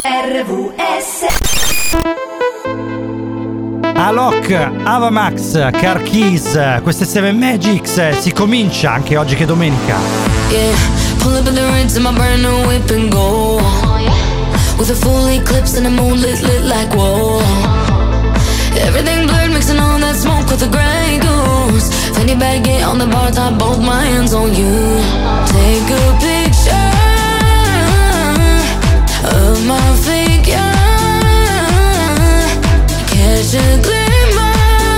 RVS. Alok, Avamax, Car Keys, queste 7 Magics, si comincia anche oggi che è domenica. Yeah, pull up in the rinse in my brand new whip and go. With a full eclipse and the moon lit like whoa. Everything blurred, mixing all that smoke with the Grey Goose. Fanny baggy on the bar top, both my hands on you. Take a picture of my figure. Catch a glimmer.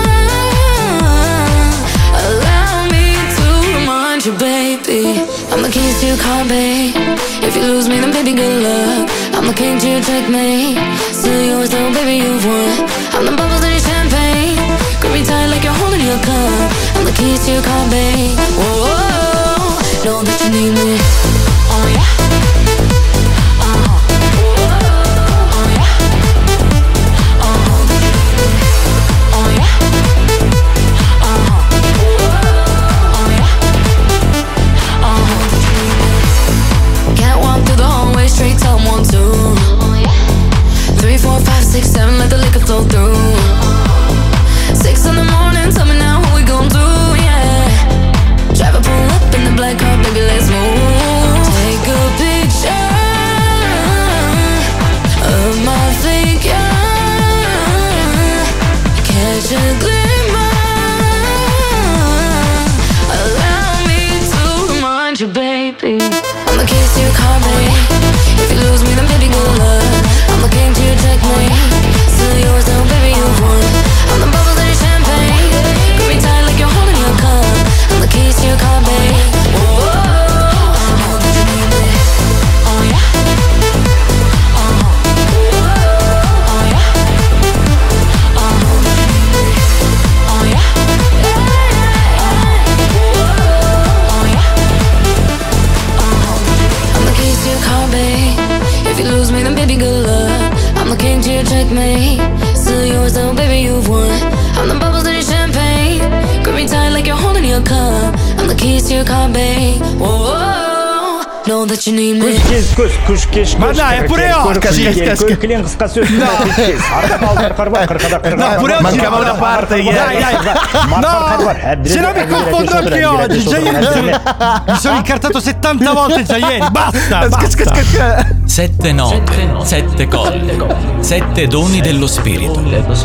Allow me to remind you, baby, I'm the keys to your car, babe. If you lose me, then baby, good luck. I'm the king to your checkmate. Still yours though, baby, you've won. I'm the bubbles in your champagne. Grip me tight like you're holding your cup. I'm the keys to your car, babe. Whoa, know that you need me. Oh yeah. Straight top 1, 2, 3, 4, 5, 6, 7, let the liquor flow through. 6 in the morning, tell me now what we gon' do, yeah. Drive a pull up in the black car, baby, let's move. Take a picture of my figure. Catch a glimmer. Allow me to remind you, baby, I'm the keys to your car, baby. If you lose me, then baby, good luck. I'm the king to your checkmate. Still yours though, baby, you've won. I'm the bubbles in your champagne. Grip me tight like you're holding your cup. I'm the keys to your car, babe. Whoa, know that you need me. Oh yeah. Oh yeah. Oh yeah. Oh yeah. I'm the keys to your car, babe. If you lose me, then baby, good luck. I'm the king to your checkmate. Still yours though, baby, you've won. I'm the bubbles in your champagne. Grip me tight like you're holding your cup. I'm the keys to your car, babe. Whoa, know that you need me. Ma dai, è pure oggi. No, pure oggi mancava una parte ieri. No, se no mi confondo anche oggi. Già ieri mi sono incartato 70 volte già ieri. Basta. 7 note, 7 colle, 7 doni dello spirito.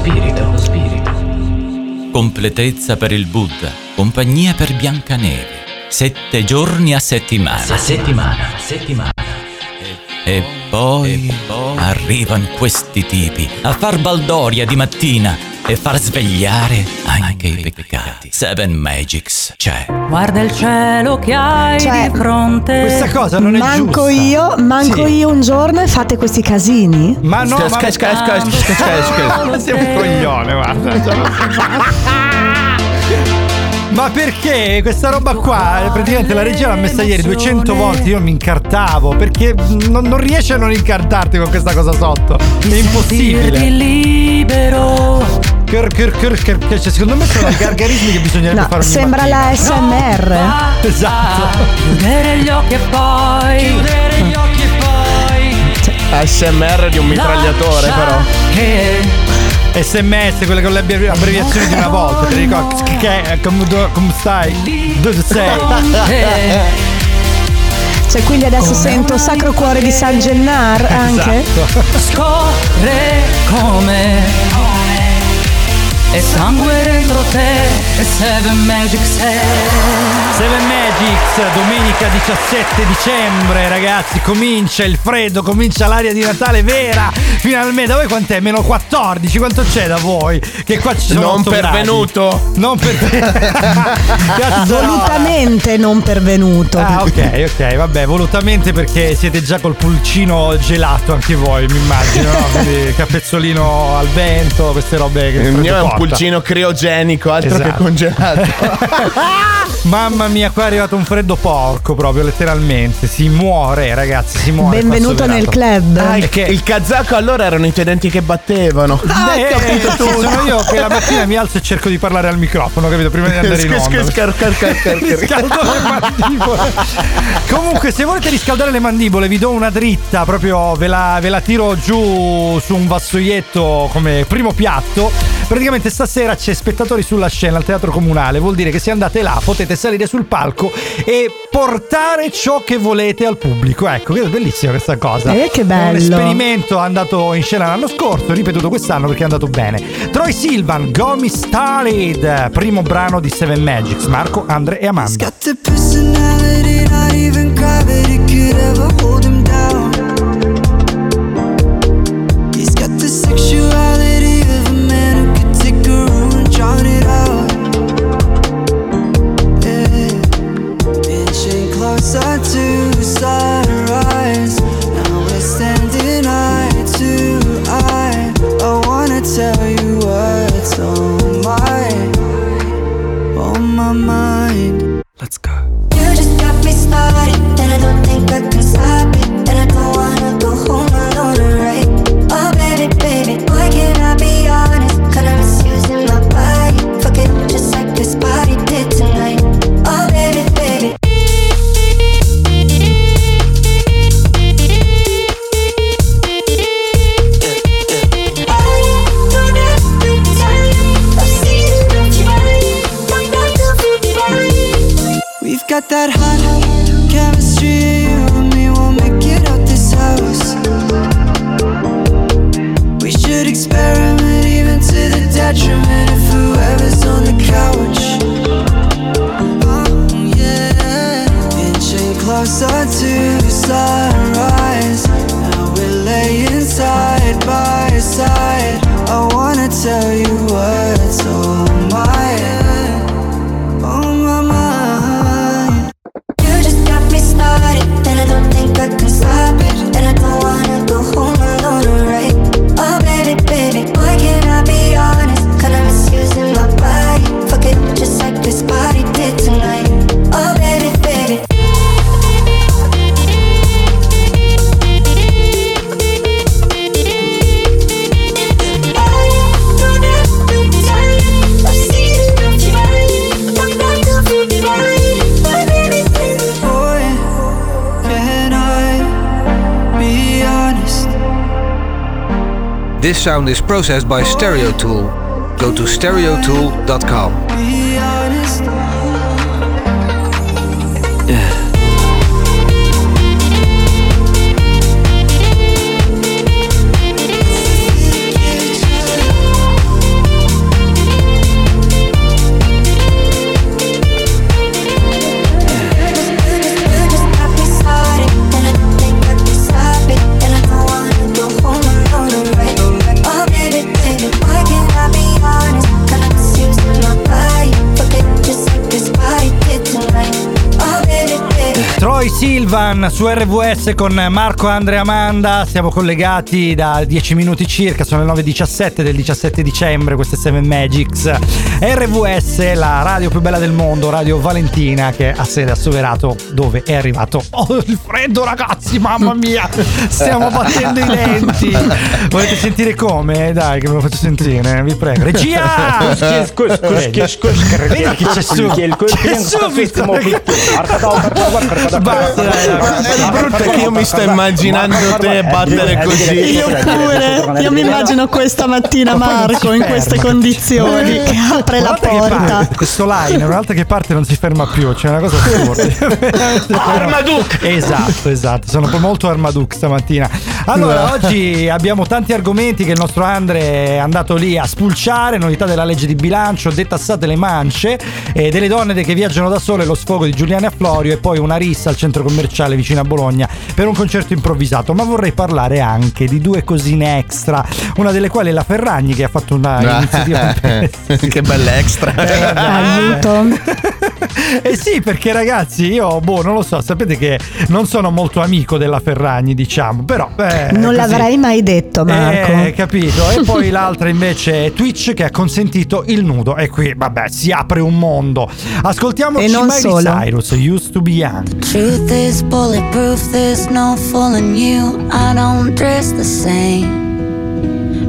Completezza per il Buddha, compagnia per Biancaneve. 7 giorni a settimana. E poi arrivano questi tipi a far baldoria di mattina e far svegliare anche i peccati. 7 Magics c'è. Guarda il cielo che hai di fronte. Questa cosa non è giusta. Manco io un giorno e fate questi casini? Ma no, non siamo un coglione, guarda. Ma perché questa roba qua, praticamente la regia l'ha messa ieri 200 volte, io mi incartavo, perché non riesce a non incartarti con questa cosa sotto. È impossibile. Libero. Cioè, secondo me sono i gargarismi che bisognerebbe fare ogni sembra mattina. la SMR. Esatto. Chiudere gli occhi e poi ASMR di un mitragliatore, però. SMS, quelle con le abbreviazioni di una volta. Ti ricordo come stai? Dove sei? Cioè, quindi adesso sento Sacro Cuore di San Gennar anche. Esatto. Scorre come e sangue dentro te e 7 Magics. 7 Magics, domenica 17 dicembre, ragazzi, comincia il freddo, comincia l'aria di Natale vera, finalmente. Da voi quant'è? Meno 14, quanto c'è da voi? Che qua ci sono non pervenuto. Non volutamente non pervenuto. Ah, ok, vabbè, volutamente perché siete già col pulcino gelato anche voi, mi immagino, no? Quindi capezzolino al vento, queste robe che il mio è un pulcino criogenico, altro che congelato. Mamma mia, qua è arrivato un freddo porco, proprio letteralmente. Si muore, ragazzi, si muore. Benvenuto nel club. Il kazako allora erano i tuoi denti che battevano. Capito tu. Sono io che la mattina mi alzo e cerco di parlare al microfono, capito? Prima di andare in onda. Riscaldo le mandibole. Comunque, se volete riscaldare le mandibole, vi do una dritta, proprio ve la tiro giù su un vassoietto come primo piatto. Praticamente stasera c'è spettatori sulla scena al Teatro Comunale, vuol dire che se andate là potete salire sul palco e portare ciò che volete al pubblico. Ecco, che è bellissima questa cosa. Che bello. È un esperimento andato in scena l'anno scorso, ripetuto quest'anno perché è andato bene. Troye Sivan, Got Me Started, primo brano di Seven Magics, Marco, Andre e Amanda. He's got the personality, not even gravity could ever hold him down. He's got the sexuality of a man who could take a room and drown it out. Yeah. Inching closer to sunrise, now we're standing eye to eye. I wanna tell you what's on my mind. Let's go. You just got me started, and I don't think I can stop it. And I don't wanna go home alone, right? Oh baby, baby, why can't I be honest? 'Cause I'm misusing my body, fuck it, just like this body did tonight. Oh baby, baby. We've got that hot chemistry, you and me will make it out this house. We should experiment even to the detriment of whoever's on the couch. Oh yeah, inching closer to sunrise. Now we're laying side by side. I wanna tell you what's on my mind. You just got me started, and I don't think I can stop it. And I don't wanna go home alone, right? Oh baby, baby, why can't I be honest? 'Cause I'm misusing my body, fuck it, just like this body did tonight. Oh baby, baby. This sound is processed by Stereo Tool. Go to stereotool.com. Be honest. Troye Sivan su RVS con Marco, Andre e Amanda. Siamo collegati da 10 minuti circa, sono le 9:17 del 17 dicembre. Queste 7 Magics. RVS, la radio più bella del mondo, Radio Valentina, che ha sede a Soverato, dove è arrivato. Oh, il freddo, ragazzi, mamma mia, stiamo battendo i denti. Volete sentire come? Dai, che me lo faccio sentire, vi prego. Regia! Vedi che c'è subito. Basta, il brutto è che io mi sto immaginando te battere così. Io pure, io mi immagino questa mattina Marco in queste condizioni che apre la porta. Questo line, una volta che parte non si ferma più, c'è una cosa assurda. Armaduke! Esatto, sono molto Armaduke stamattina. Allora, oggi abbiamo tanti argomenti che il nostro Andre è andato lì a spulciare. Novità della legge di bilancio, detassate le mance, delle donne che viaggiano da sole, lo sfogo di Giuliana Florio e poi una rissa al centro commerciale vicino a Bologna per un concerto improvvisato. Ma vorrei parlare anche di due cosine extra, una delle quali è la Ferragni, che ha fatto una iniziativa. Che bella extra. Aiuto. Sì, perché ragazzi, io non lo so, sapete che non sono molto amico della Ferragni, diciamo, però non così. l'avrei mai detto, Marco. Capito. E poi l'altra invece è Twitch, che ha consentito il nudo, e qui vabbè si apre un mondo. Ascoltiamoci Miley Cyrus, Used to Be Young. Truth is bulletproof, there's no fooling you. I don't dress the same.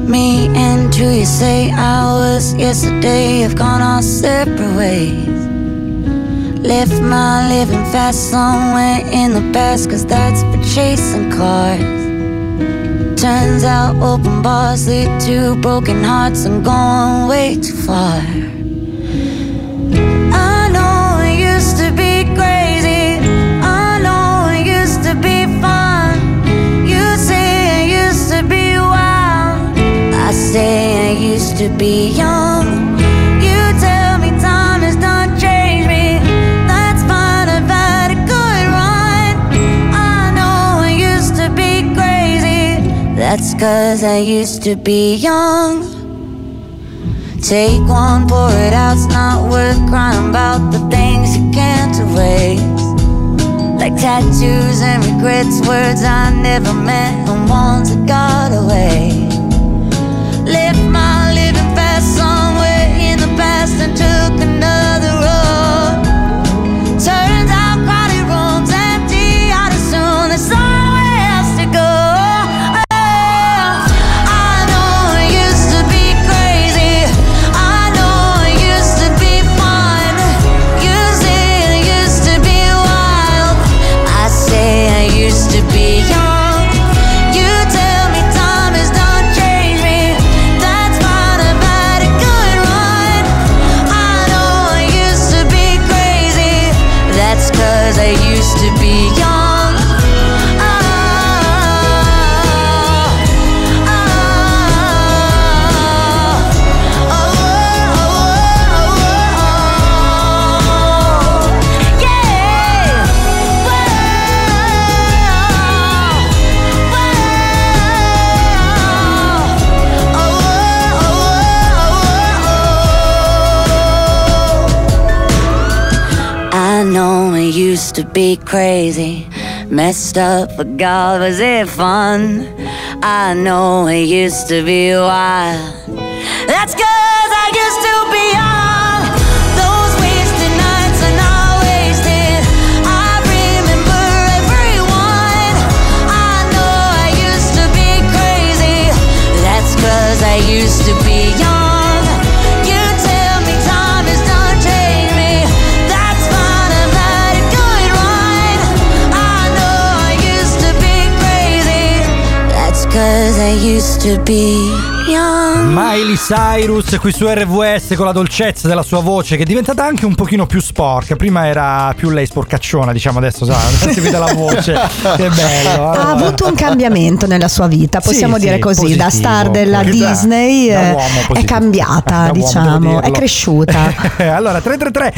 me and to you say hours yesterday have gone our separate ways. Left my living fast somewhere in the past, 'cause that's for chasing cars. Turns out open bars lead to broken hearts. I'm going way too far. I know it used to be crazy, I know it used to be fun. You say it used to be wild, I say I used to be young. You tell me time has done changed me, that's fine, I've had a good run. I know I used to be crazy, that's 'cause I used to be young. Take one, pour it out, it's not worth crying about the things you can't erase. Like tattoos and regrets, words I never meant and ones that got away. Left my living fast somewhere in the past and took another road. Turns out crowded rooms empty out as soon, there's somewhere else to go. I know it used to be crazy, I know it used to be fun. You say it used to be wild, I say I used to be young. You tell me time has done changed me, that's fine, I've had a good run. I know I used to be crazy, that's 'cause I used to be young. I know it used to be crazy, messed up, but God, was it fun? I know it used to be wild, that's 'cause I used to be young. Those wasted nights are not wasted, I remember everyone. I know I used to be crazy, that's 'cause I used to be young. You tell me time has done changed me, that's fine, I've had a good run. I know I used to be crazy, that's 'cause I used to be young. Miley Cyrus qui su RVS con la dolcezza della sua voce, che è diventata anche un pochino più sporca. Prima era più lei sporcacciona, diciamo, adesso si vede la voce. Che bello. Ha avuto un cambiamento nella sua vita, possiamo dire così, positivo, da star della Disney da uomo è positivo. cambiata, Da uomo, diciamo, devo è dirlo. cresciuta. Allora 333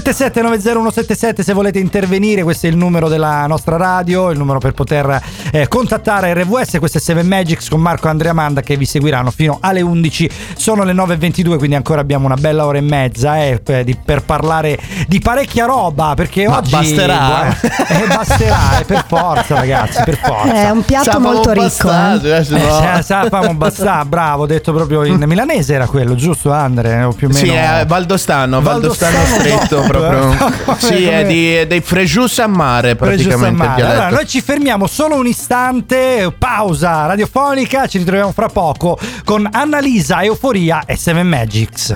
7790177 se volete intervenire, questo è il numero della nostra radio, il numero per poter contattare RVS. Questo è Seven Magics con Marco e Andrea Manda, che vi seguiranno fino alle 11. Sono le 9:22, quindi ancora abbiamo una bella ora e mezza per parlare di parecchia roba, perché oggi basterà. basterà, per forza ragazzi, per forza. È un piatto molto ricco. Sappiamo bastà, bravo, detto proprio in milanese era quello, giusto Andre? O più o meno. Sì, è Valdostano stretto proprio. Sì, è dei Frejus a mare praticamente il dialetto. Allora, noi ci fermiamo solo un istante, pausa radiofonica, ci ritroviamo fra poco con Annalisa, Euforia e Seven Magics.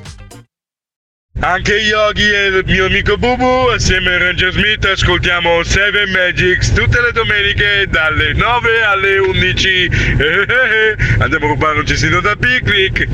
Anche Yogi e il mio amico Bubu assieme a Ranger Smith ascoltiamo Seven Magics tutte le domeniche dalle 9 alle 11. Andiamo a rubare un cestino da picnic.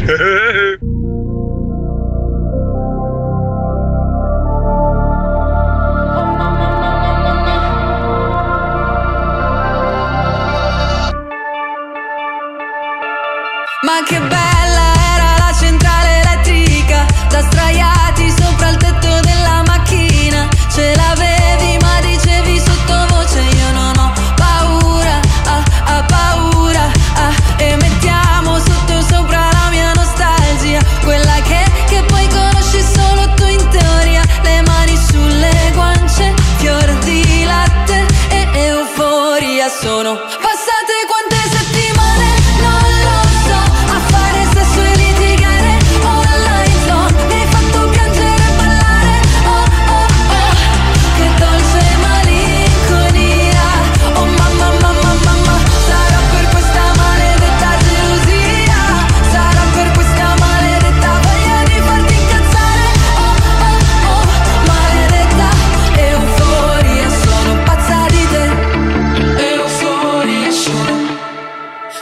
Ma che bella era la centrale elettrica, da sdraiati sopra il tetto della macchina. Ce l'avevi ma dicevi sottovoce io non ho paura, paura, e mettiamo sotto sopra la mia nostalgia, quella che poi conosci solo tu in teoria. Le mani sulle guance, fior di latte e euforia. Sono passate quante settimane, non lo so, a fare sesso e litigare online zone. Mi hai fatto piangere e ballare, oh oh oh, che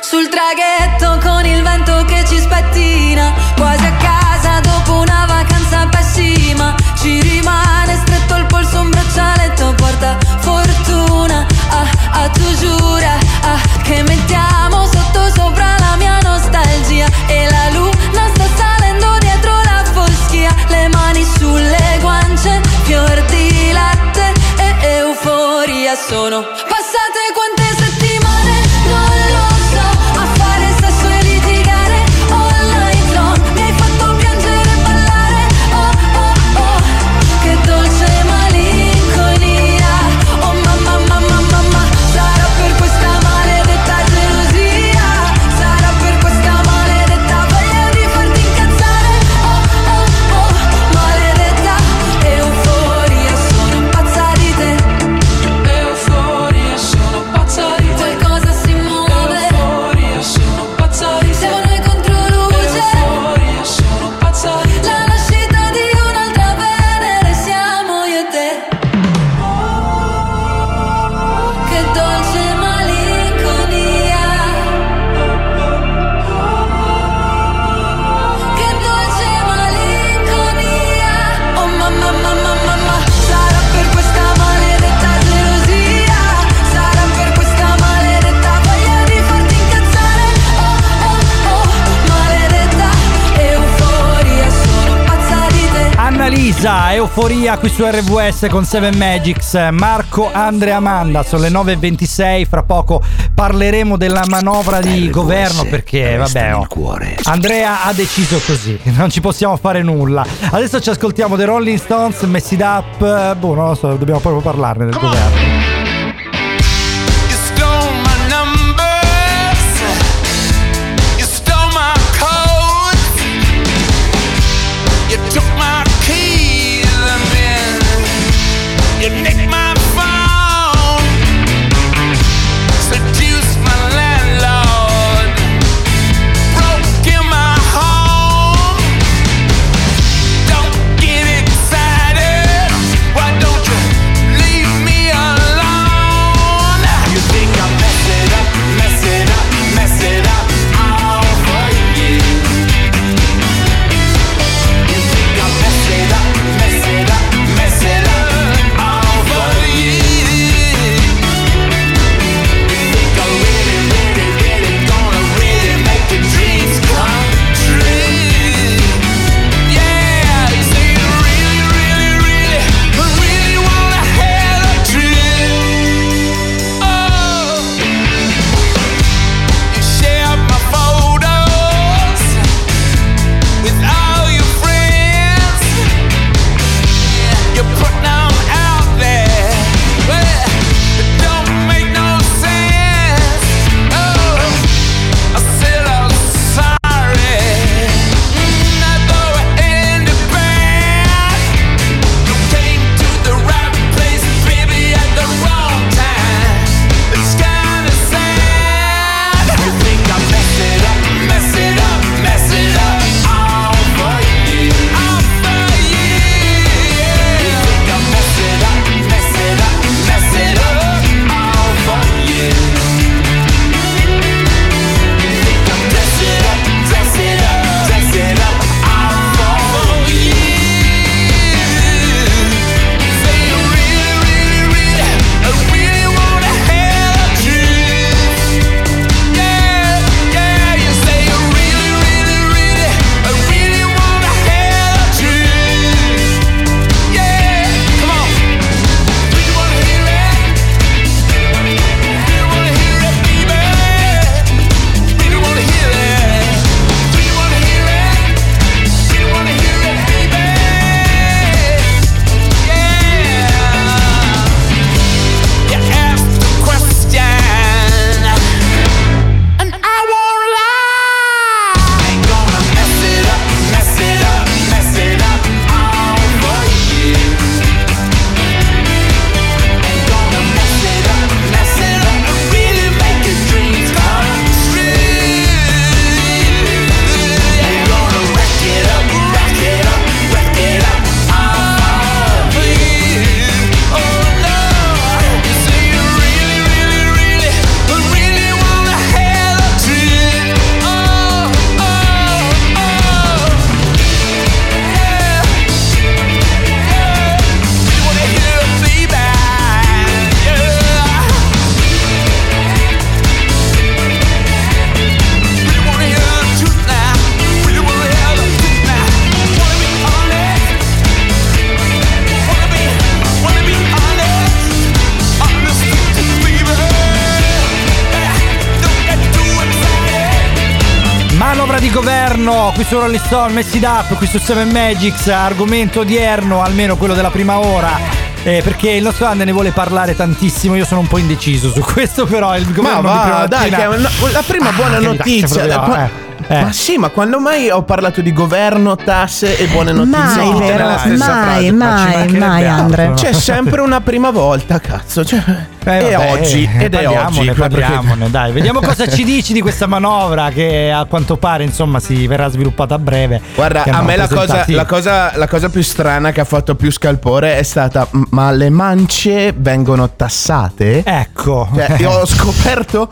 sul traghetto con il vento che ci spettina, quasi a casa dopo una vacanza pessima. Ci rimane stretto il polso, un braccialetto porta fortuna. Tu giura che mettiamo sotto sopra la mia nostalgia, e la luna sta salendo dietro la foschia. Le mani sulle guance, fior di latte e euforia. Sono passate quante settimane, non lo so, a fare sesso e litigare all night long. Mi hai fatto piangere e ballare, oh oh oh, che dolce malinconia. Oh mamma mamma mamma, sarà per questa maledetta gelosia, sarà per questa maledetta voglia di farti incazzare, oh oh oh, maledetta euforia. Sono pazza di te, euforia, sono pazza di te. Qualcosa si muove, euforia, sono pazza di te. Siamo noi contro luce, euforia, sono pazza di te. La nascita di un'altra Venere siamo io e te. Che dolce malinconia, che dolce malinconia. Oh mamma mamma mamma, sarà per questa maledetta gelosia, sarà per questa maledetta voglia di farti incazzare, oh oh oh, maledetta euforia. Sono pazza di te. Annalisa, Euforia qui su RVS con Seven Magics. Marco, Andrea, Amanda, sono le 9:26. Fra poco parleremo della manovra di governo, perché vabbè, Andrea ha deciso così, non ci possiamo fare nulla. Adesso ci ascoltiamo The Rolling Stones, Mess It Up. Non lo so, dobbiamo proprio parlarne del governo. You stole my numbers, you stole my codes, you took my keys and then you nicked my phone, seduced my landlord, broke in my home. Don't get excited, why don't you leave me alone? di governo qui su Rolling Stone, Mess It Up, qui su 7 Magics, argomento odierno, almeno quello della prima ora. Perché il nostro Anne ne vuole parlare tantissimo, io sono un po' indeciso su questo, però il governo di prima dai, che è la prima buona notizia. Ma sì, ma quando mai ho parlato di governo, tasse e buone notizie tutte nella stessa frase? Mai, Andre. C'è sempre una prima volta, cazzo. Parliamone, dai, vediamo cosa ci dici di questa manovra che a quanto pare, insomma, si verrà sviluppata a breve. Guarda, a me la cosa più strana che ha fatto più scalpore è stata: ma le mance vengono tassate? Ecco. Io ho scoperto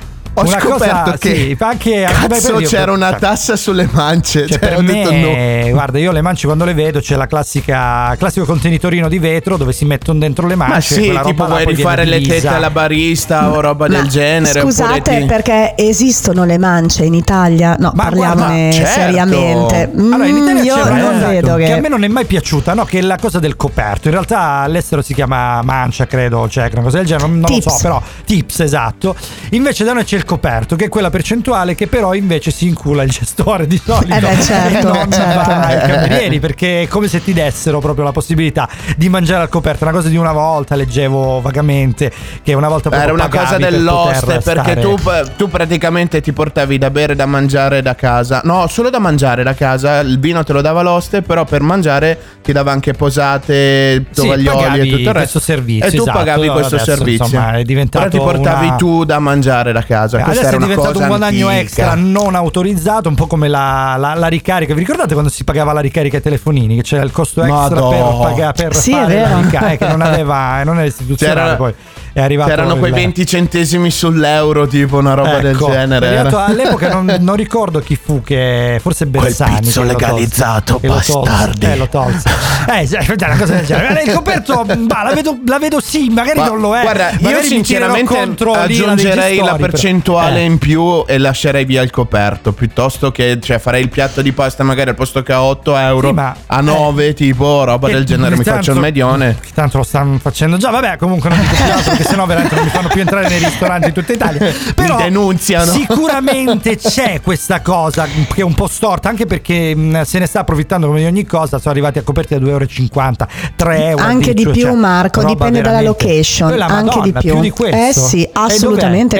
che cazzo c'era una tassa sulle mance. Cioè, per ho me, detto no. Guarda, io le mance quando le vedo c'è la classico contenitorino di vetro dove si mettono dentro le mance. Ma sì, tipo vuoi rifare le tette alla barista o roba del genere. Scusate, perché esistono le mance in Italia? No, parliamone seriamente. Allora, in Italia io non vedo che a me non è mai piaciuta, no? Che è la cosa del coperto. In realtà all'estero si chiama mancia, credo, cioè una cosa del genere, non lo so, però tips, esatto. Invece da noi c'è il coperto, che è quella percentuale che però invece si incula il gestore di solito e non va ai camerieri, perché è come se ti dessero proprio la possibilità di mangiare al coperto. Una cosa di una volta, leggevo vagamente che una volta era una cosa dell'oste, perché tu praticamente ti portavi da bere e da mangiare da casa, no, solo da mangiare da casa, il vino te lo dava l'oste, però per mangiare ti dava anche posate, tovaglioli e tutto il resto servizio, e tu pagavi questo servizio, insomma, è diventato però ti portavi tu da mangiare da casa. Adesso è diventato un guadagno extra non autorizzato, un po' come la ricarica. Vi ricordate quando si pagava la ricarica ai telefonini? Che c'era il costo extra per fare la ricarica, che non era istituzionale, poi è arrivato. C'erano quei 20 centesimi sull'euro, tipo una roba del genere. All'epoca non ricordo chi fu, che forse Bersani. Quel pizzo legalizzato, bastardi. Lo tolse. Una cosa del genere. Il coperto, la vedo sì, magari non lo è. Guarda, io sinceramente aggiungerei la percentuale in più e lascerei via il coperto, piuttosto che, cioè, farei il piatto di pasta magari al posto che a 8 euro, a 9, tipo roba del genere, mi faccio il medione. Tanto lo stanno facendo già, vabbè, comunque non dico più altro, perché sennò veramente non mi fanno più entrare nei ristoranti in tutta Italia. Però mi denunziano. Sicuramente c'è questa cosa che è un po' storta, anche perché se ne sta approfittando come di ogni cosa. Sono arrivati a coperti a 2,50 euro, 3 euro. Anche di più, Marco, dipende dalla location. Anche di più. Più di questo. Sì, assolutamente.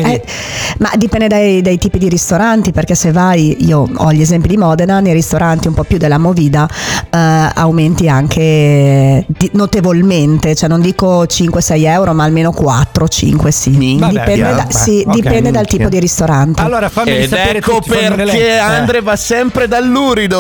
Ma dipende dai tipi di ristoranti, perché se vai, io ho gli esempi di Modena, nei ristoranti un po' più della movida aumenti anche notevolmente, cioè non dico 5-6 euro, ma almeno 4-5, sì. Dipende dal tipo di ristorante. Allora fammi sapere, ecco perché Andre va sempre dall'urido.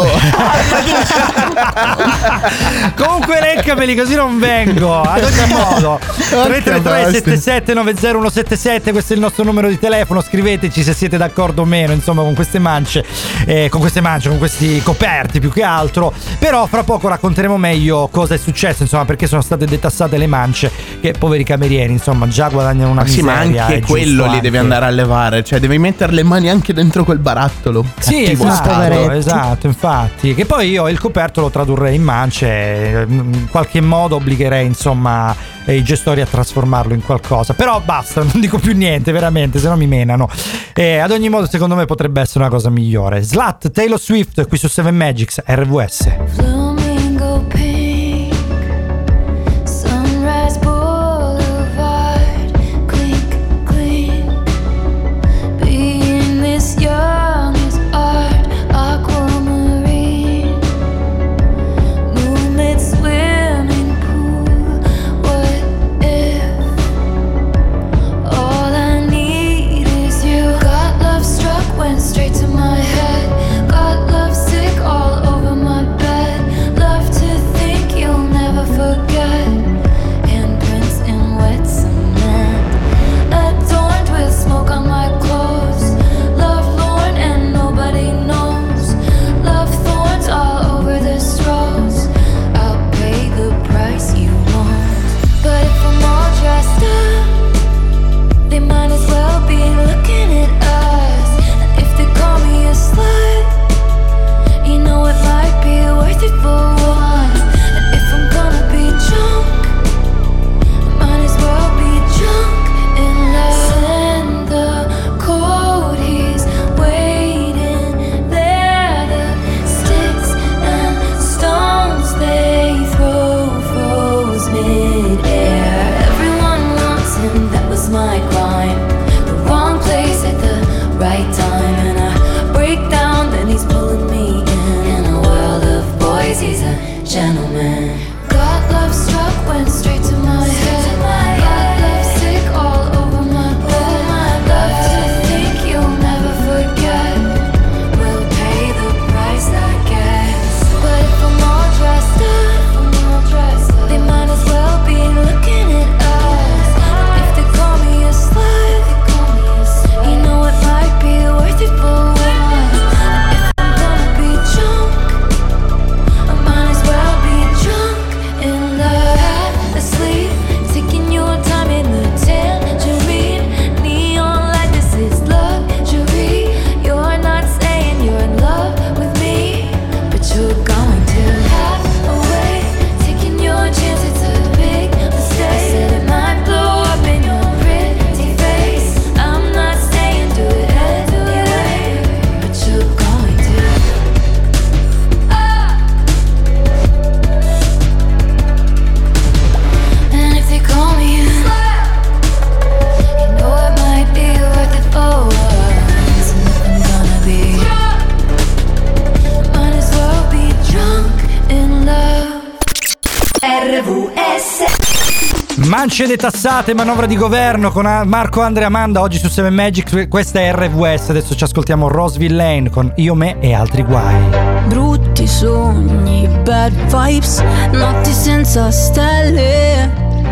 Comunque elencameli, così non vengo. Ad ogni modo 333 77 90 177, questo è il nostro numero di telefono. Scriveteci se siete d'accordo o meno, insomma, con queste mance, con questi coperti più che altro. Però fra poco racconteremo meglio cosa è successo, insomma, perché sono state detassate le mance, che poveri camerieri, insomma, già guadagnano una miseria. Ma anche quello li devi andare a levare, cioè devi mettere le mani anche dentro quel barattolo. Sì, esatto, infatti. Che poi io il coperto lo tradurrei in mance, in qualche modo obbligherei, insomma, i gestori a trasformarlo in qualcosa. Però basta, non dico più niente, veramente, se no mi menano. Ad ogni modo, secondo me potrebbe essere una cosa migliore. Slut, Taylor Swift, qui su 7 Magics, RVS. Flamingo pink, Sunrise Boulevard, clink, clink. Being this young is art, aquamarine, moonlit swimming pool. What if all I need is you? Got love struck, went straight to my head. Got love sick all over my bed. time and I break down, then he's pulling me in a world of boys, he's a gentleman. Got love struck, went straight to my head. Got love sick all over my bed. Love to think you'll never forget. We'll pay the price, I guess. But if I'm all dressed up, they might as well be looking at us. And if they call me a slut, you know it might be worth it for once. And if I'm gonna be drunk, I might as well be drunk in love. Asleep, taking your time in the tangerine. Neon light, this is luxury. You're not saying you're in love with me, but you're going to have a way. Taking your chance, it's a big mistake. I said it might blow up in your pretty face. I'm not saying do it anyway, but you're going to. And if they call me a slut, you know it might be worth it for once. And if I'm gonna be drunk, might as well be drunk in love. RVS. Mance detassate, manovra di governo con Marco, Andrea e Amanda oggi su 7 Magic. Questa è RVS. Adesso ci ascoltiamo Roseville Lane con Io, me e altri guai. Brutti sogni, bad vibes, notti senza stelle,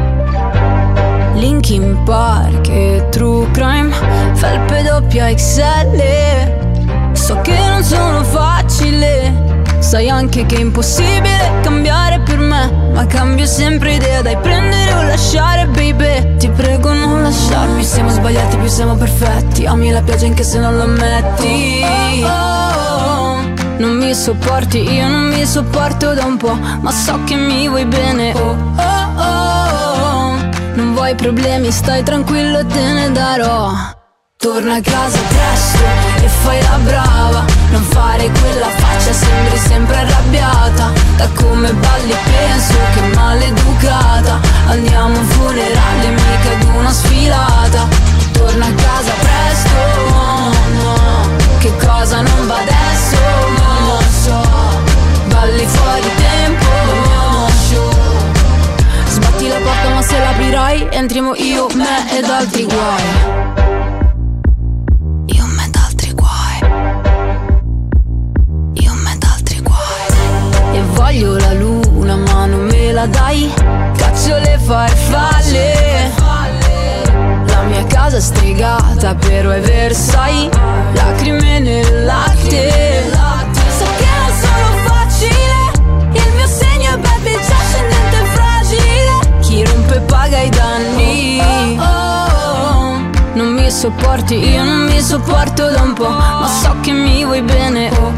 Linkin Park e True Crime, felpe doppia XL. So che non sono facile, sai anche che è impossibile cambiare per me, ma cambio sempre idea, dai prendere o lasciare baby. Ti prego non lasciarmi, siamo sbagliati più siamo perfetti. Ami la pioggia anche se non lo ammetti. Non mi sopporti, io non mi sopporto da un po', ma so che mi vuoi bene. Non vuoi problemi, stai tranquillo, te ne darò. Torna a casa presto e fai la brava, non fare quella faccia, sembri sempre arrabbiata. Da come balli penso che maleducata. Andiamo a un funerale, mica ad una sfilata. Torna a casa presto, no, che cosa non va adesso, non lo so. Balli fuori tempo, no, show. Sbatti la porta ma se l'aprirai, entriamo io, me ed altri guai. Voglio la luna ma non me la dai, caccio le farfalle. La mia casa è stregata però è Versailles, lacrime nel latte. So che non sono facile, il mio segno è bad bitch ascendente e fragile. Chi rompe paga i danni. Non mi sopporti, io non mi sopporto da un po', ma so che mi vuoi bene.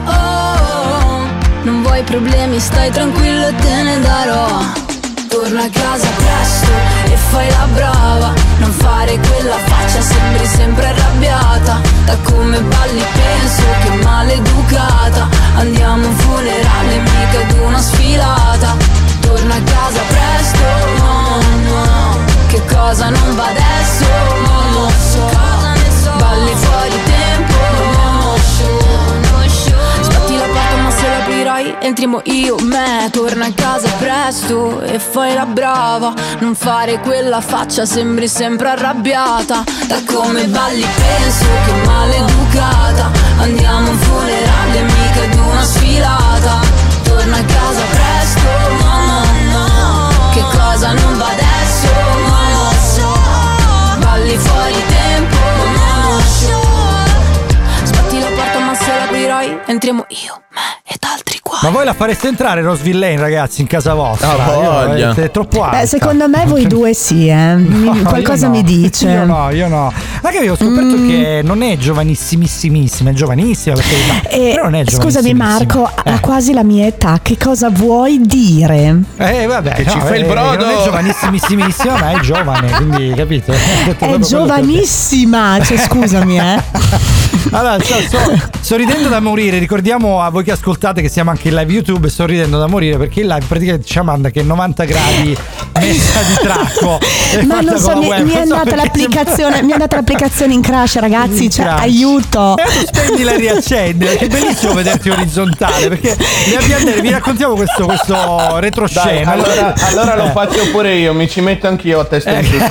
Non vuoi problemi, stai tranquillo, te ne darò. Torna a casa presto e fai la brava, non fare quella faccia, sembri sempre arrabbiata. Da come balli penso che maleducata. Andiamo a un funerale, mica ad una sfilata. Torna a casa presto, no, no, che cosa non va adesso, non lo so. Balli fuori tempo, no, show. Sbatti la porta ma se l'aprirai, entriamo io, me. Torna a casa presto e fai la brava, non fare quella faccia, sembri sempre arrabbiata. Da come balli penso che maleducata. Andiamo a un funerale, mica ad una sfilata. Torna a casa presto, no, no, no, che cosa non va adesso, non lo so. Balli fuori tempo, no, show. Sbatti la porta ma se l'aprirai, entriamo io, me ed altri qua. Ma voi la fareste entrare Roseville Lane, ragazzi, in casa vostra? È troppo alta. Secondo me voi due sì, No, qualcosa no. mi dice. Io no. Anche io ho scoperto che non è giovanissimissima, è giovanissima, però non è giovanissimissima. Scusami Marco, ha quasi la mia età, che cosa vuoi dire? Vabbè, che ci fai il brodo. Non è giovanissimissima, ma è giovane, quindi capito? È giovanissima, cioè scusami, Allora, sto ridendo da morire. Ricordiamo a voi che ascoltate che siamo anche in live YouTube. Sto ridendo da morire perché in live praticamente c'è Amanda che è 90 gradi messa di tracco. Ma non so, mi è andata l'applicazione. Mi è andata l'applicazione in crash, ragazzi. Cioè, aiuto. Tu spegni e riaccendi. Che bellissimo vederti orizzontale. Perché vi raccontiamo questo retroscena. Allora lo faccio pure io. Mi ci metto anch'io a testa in tutti.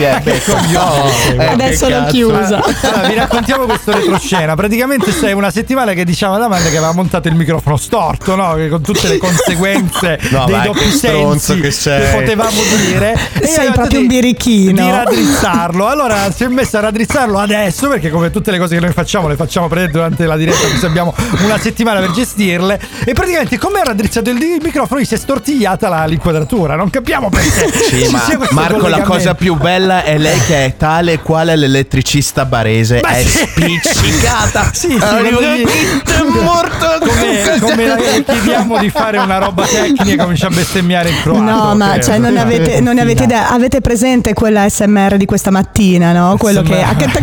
Adesso l'ho chiusa. Allora, vi raccontiamo questo retroscena. Praticamente sei una settimana che diciamo ad Amanda che aveva montato il microfono storto, no? Che con tutte le conseguenze dei doppi sensi che potevamo dire. E sei proprio un birichino. Di raddrizzarlo. Allora si è messa a raddrizzarlo adesso, perché come tutte le cose che noi facciamo le facciamo durante la diretta, quindi abbiamo una settimana per gestirle. E praticamente come ha raddrizzato il microfono gli si è stortigliata l'inquadratura. Non capiamo perché. Sì, ma Marco, la cosa più bella è lei che è tale quale l'elettricista barese. È spiccicata. Sì, è morto. Come chiediamo di fare una roba tecnica, comincia a bestemmiare in croato. No, ma cioè non avete idea. Avete presente quella SMR di questa mattina, no? Quello che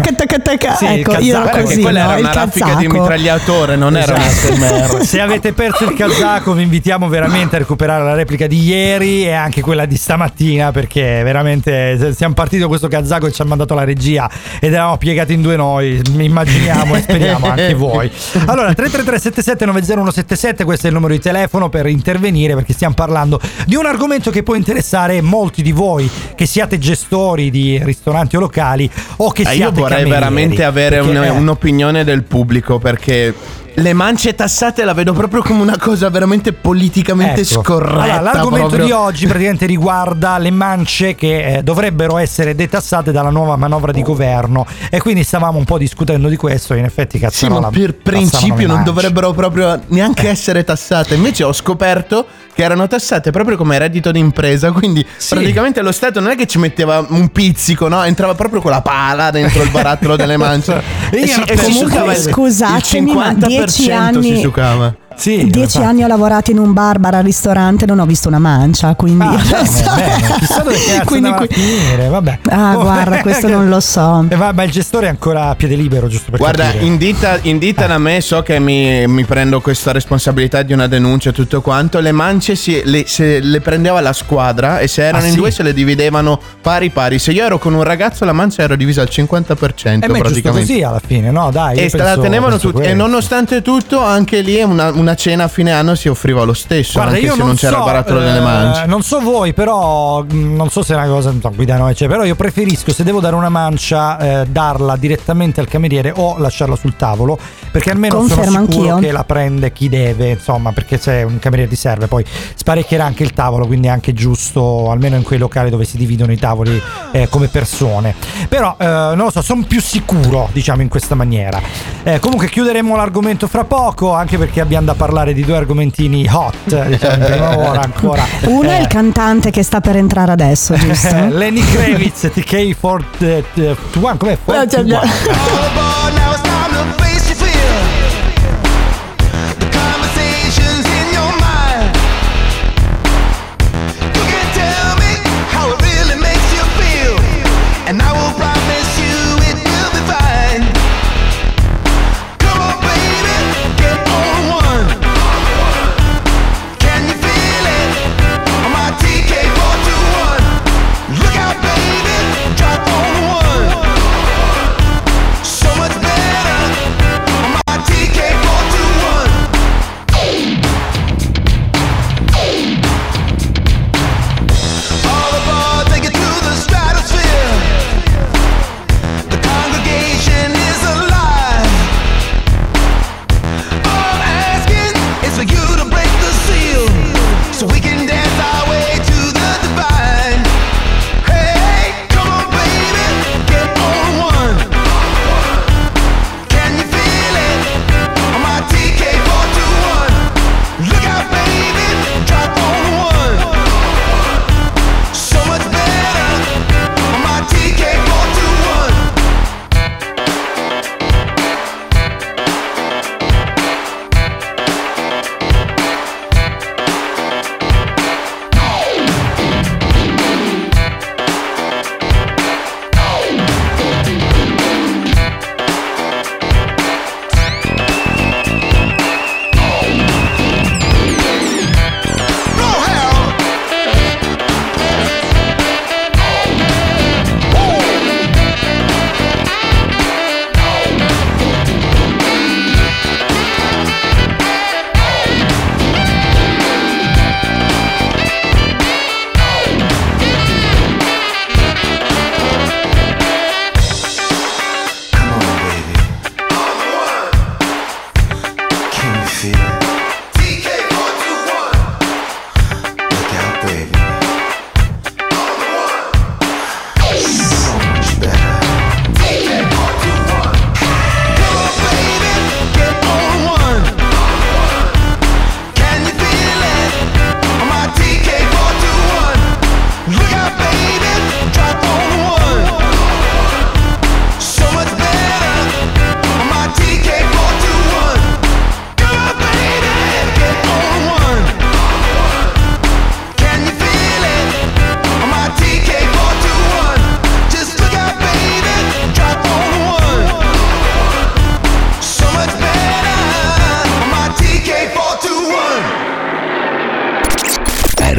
sì, ecco, io ero così, quella era una raffica di mitragliatore, non era una SMR. Se avete perso il kazako, vi invitiamo veramente a recuperare la replica di ieri e anche quella di stamattina, perché veramente siamo partiti da questo kazako e ci ha mandato la regia ed eravamo piegati in due noi. Immaginiamo e speriamo anche voi. Allora 333 77 90177, questo è il numero di telefono per intervenire, perché stiamo parlando di un argomento che può interessare molti di voi, che siate gestori di ristoranti o locali o che siate io vorrei veramente avere un'opinione del pubblico, perché le mance tassate la vedo proprio come una cosa veramente politicamente scorretta. Allora, l'argomento proprio di oggi praticamente riguarda le mance che dovrebbero essere detassate dalla nuova manovra di governo, e quindi stavamo un po' discutendo di questo. In effetti ma per principio non dovrebbero proprio neanche essere tassate. Invece ho scoperto che erano tassate proprio come reddito d'impresa, quindi praticamente lo Stato non è che ci metteva un pizzico, no? Entrava proprio con la pala dentro il barattolo delle mance. E comunque scusatemi, ma 10 anni si giocava. Sì, 10 anni ho lavorato in un bar al ristorante, non ho visto una mancia, quindi bene. Chissà dove cazzo andava a finire, vabbè. Guarda, questo non lo so. Ma il gestore è ancora a piede libero, giusto per capire. Indita da me, so che mi prendo questa responsabilità di una denuncia e tutto quanto. Le mance se le prendeva la squadra, e se erano in due se le dividevano pari. Se io ero con un ragazzo, la mancia era divisa al 50%, praticamente. Giusto così alla fine, no? Dai. E la tenevano tutti. E nonostante tutto, anche lì è una cena a fine anno si offriva lo stesso. Guarda, anche io se non c'era il barattolo delle mance. Non so voi, però non so se è una cosa qui da noi c'è, però io preferisco, se devo dare una mancia, darla direttamente al cameriere o lasciarla sul tavolo, perché almeno sono sicuro che la prende chi deve, insomma, perché se un cameriere ti serve poi sparecchierà anche il tavolo, quindi è anche giusto, almeno in quei locali dove si dividono i tavoli come persone. Però non lo so, sono più sicuro, diciamo, in questa maniera. Comunque chiuderemo l'argomento fra poco, anche perché abbiamo da parlare di due argomentini hot, diciamo, in prima ora ancora. Uno è il cantante che sta per entrare adesso, giusto? Lenny Kravitz, TK41, com'è? 41. So much better.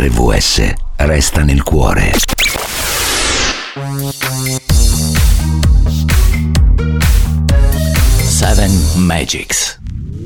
RVS resta nel cuore. Seven Magics.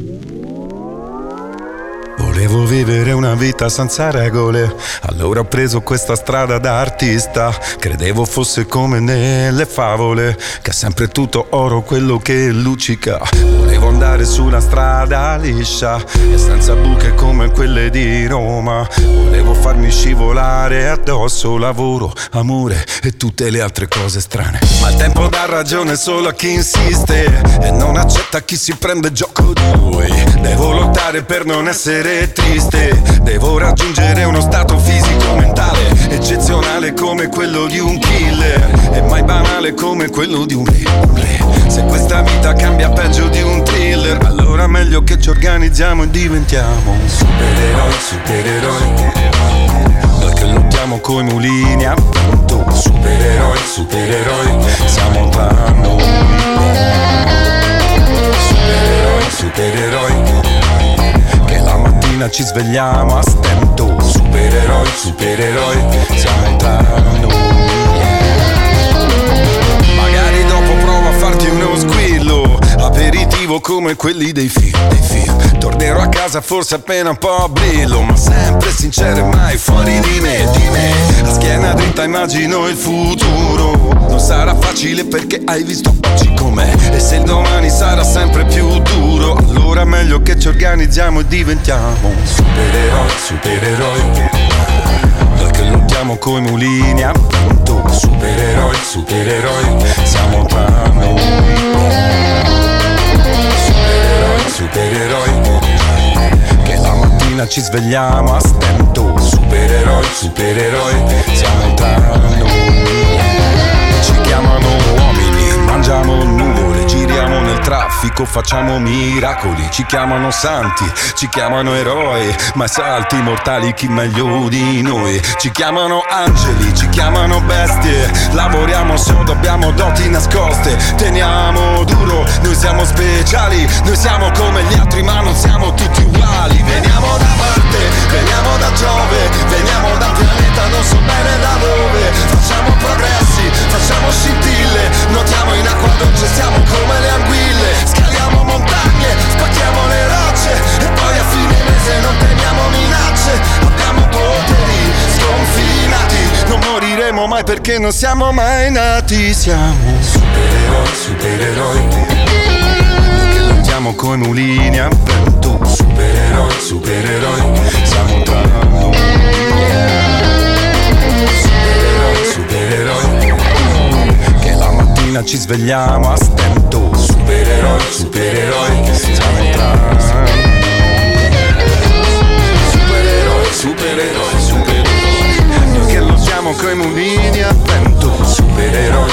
Volevo vivere una vita senza regole, allora ho preso questa strada da artista. Credevo fosse come nelle favole, che è sempre tutto oro quello che luccica. Volevo andare su una strada liscia e senza buche come quelle di Roma. Volevo farmi scivolare addosso lavoro, amore e tutte le altre cose strane. Ma il tempo dà ragione solo a chi insiste e non accetta chi si prende gioco di lui. Devo lottare per non essere triste, devo raggiungere uno stato fisico mentale eccezionale come quello di un killer e mai banale come quello di un re. Se questa vita cambia peggio di un thriller, allora meglio che ci organizziamo e diventiamo supereroi. Noi che lottiamo coi mulini a vento, supereroi, siamo tra noi. Supereroi, che la mattina ci svegliamo a stento. Supereroi, siamo tra noi. Magari dopo provo a farti uno squillo, aperitivo come quelli dei film. Tornerò a casa forse appena un po' a brillo, ma sempre sincero e mai fuori di me. A schiena dritta immagino il futuro. Non sarà facile perché hai visto oggi com'è, e se il domani sarà sempre più duro, allora meglio che ci organizziamo e diventiamo supereroi. Noi che lottiamo coi mulini a vento, supereroi, siamo tra noi. Supereroi, che la mattina ci svegliamo a stento. Supereroi, siamo tra noi. Ci chiamano uomini, mangiamo nuvole, giriamo nel traffico, facciamo miracoli. Ci chiamano santi, ci chiamano eroi, ma salti mortali chi meglio di noi. Ci chiamano angeli, ci chiamano bestie, lavoriamo sodo, abbiamo doti nascoste. Teniamo duro, noi siamo speciali, noi siamo come gli altri ma non siamo tutti uguali. Veniamo da Marte, veniamo da Giove, veniamo da pianeta non so bene da dove. Facciamo progressi, facciamo scintille, nuotiamo in acqua dolce, siamo come le anguille. Scaliamo montagne, spacchiamo le rocce e poi a fine mese non temiamo minacce. Abbiamo poteri sconfinati, non moriremo mai perché non siamo mai nati. Siamo supereroi, noi che lottiamo coi mulini a vento. Supereroi, siamo tra noi. Supereroi, che la mattina ci svegliamo a stento. Supereroi, siamo tra noi. Supereroi, noi che lottiamo coi mulini a vento. Supereroi,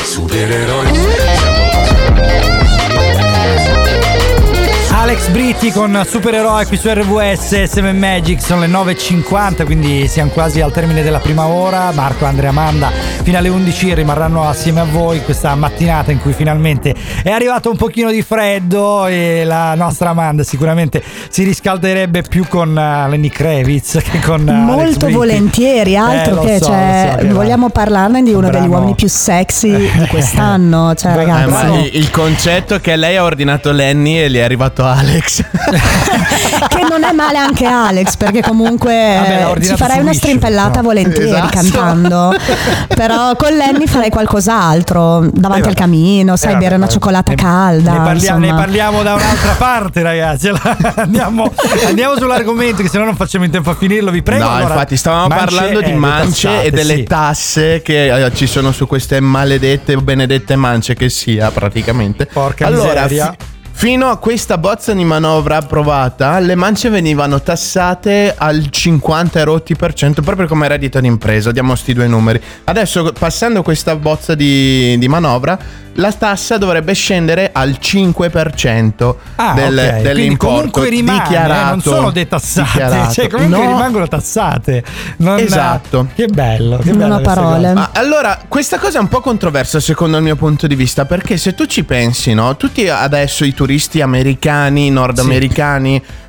Alex Britti con Supereroi qui su RVS 7 Magic. Sono le 9.50, quindi siamo quasi al termine della prima ora. Marco, Andrea, Amanda fino alle 11 rimarranno assieme a voi questa mattinata in cui finalmente è arrivato un pochino di freddo e la nostra Amanda sicuramente si riscalderebbe più con Lenny Kravitz che con molto volentieri, altro che so, vogliamo parlarne di uno degli uomini più sexy di quest'anno, cioè ragazzi. Ma il concetto che lei ha ordinato Lenny e gli è arrivato Alex. Che non è male anche Alex, perché comunque ci farei una strimpellata volentieri, esatto, cantando. Però con Lenny farei qualcos'altro davanti al camino, sai, bere una cioccolata calda. Ne parliamo da un'altra parte, ragazzi. Andiamo sull'argomento, che se no non facciamo in tempo a finirlo, vi prego. No, allora, infatti stavamo parlando di mance tassate, e delle tasse che ci sono su queste maledette o benedette mance che sia, praticamente. Porca miseria. Fino a questa bozza di manovra approvata, le mance venivano tassate al 50% proprio come reddito d'impresa. Diamo sti due numeri. Adesso, passando questa bozza di manovra, la tassa dovrebbe scendere al 5% dell'importo comunque rimane, dichiarato. Non sono detassate, cioè comunque rimangono tassate. Esatto. Che bello, che bello. Parole. Ma allora, questa cosa è un po' controversa secondo il mio punto di vista, perché se tu ci pensi, no? Tutti adesso i turisti americani, nordamericani,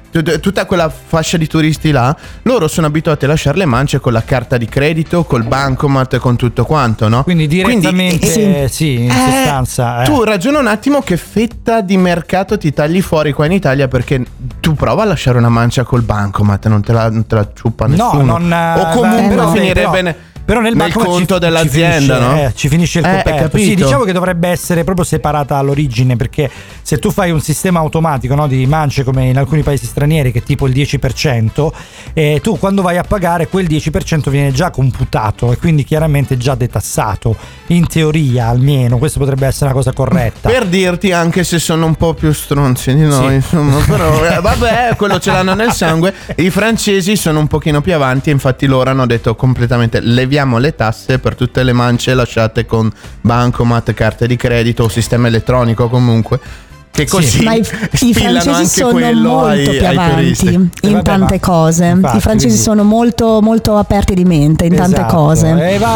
tutta quella fascia di turisti là, loro sono abituati a lasciare le mance con la carta di credito, col bancomat, con tutto quanto, no? Quindi direttamente sì, in sostanza. Tu ragiona un attimo che fetta di mercato ti tagli fuori qua in Italia, perché tu prova a lasciare una mancia col bancomat, non te la ciuppa nessuno. O comunque finire bene. Però nel conto dell'azienda, no? Ci finisce il coperto. Sì, diciamo che dovrebbe essere proprio separata all'origine, perché se tu fai un sistema automatico, no, di mance come in alcuni paesi stranieri, che è tipo il 10%, tu quando vai a pagare quel 10% viene già computato e quindi chiaramente già detassato. In teoria, almeno, questo potrebbe essere una cosa corretta. Per dirti, anche se sono un po' più stronzi di noi, insomma, però vabbè, quello ce l'hanno nel sangue. I francesi sono un pochino più avanti, infatti loro hanno detto completamente: leviamo le tasse per tutte le mance lasciate con bancomat, carte di credito o sistema elettronico comunque, che così ma i francesi sono molto più avanti in tante cose. Infatti, i francesi sono molto molto aperti di mente in tante cose.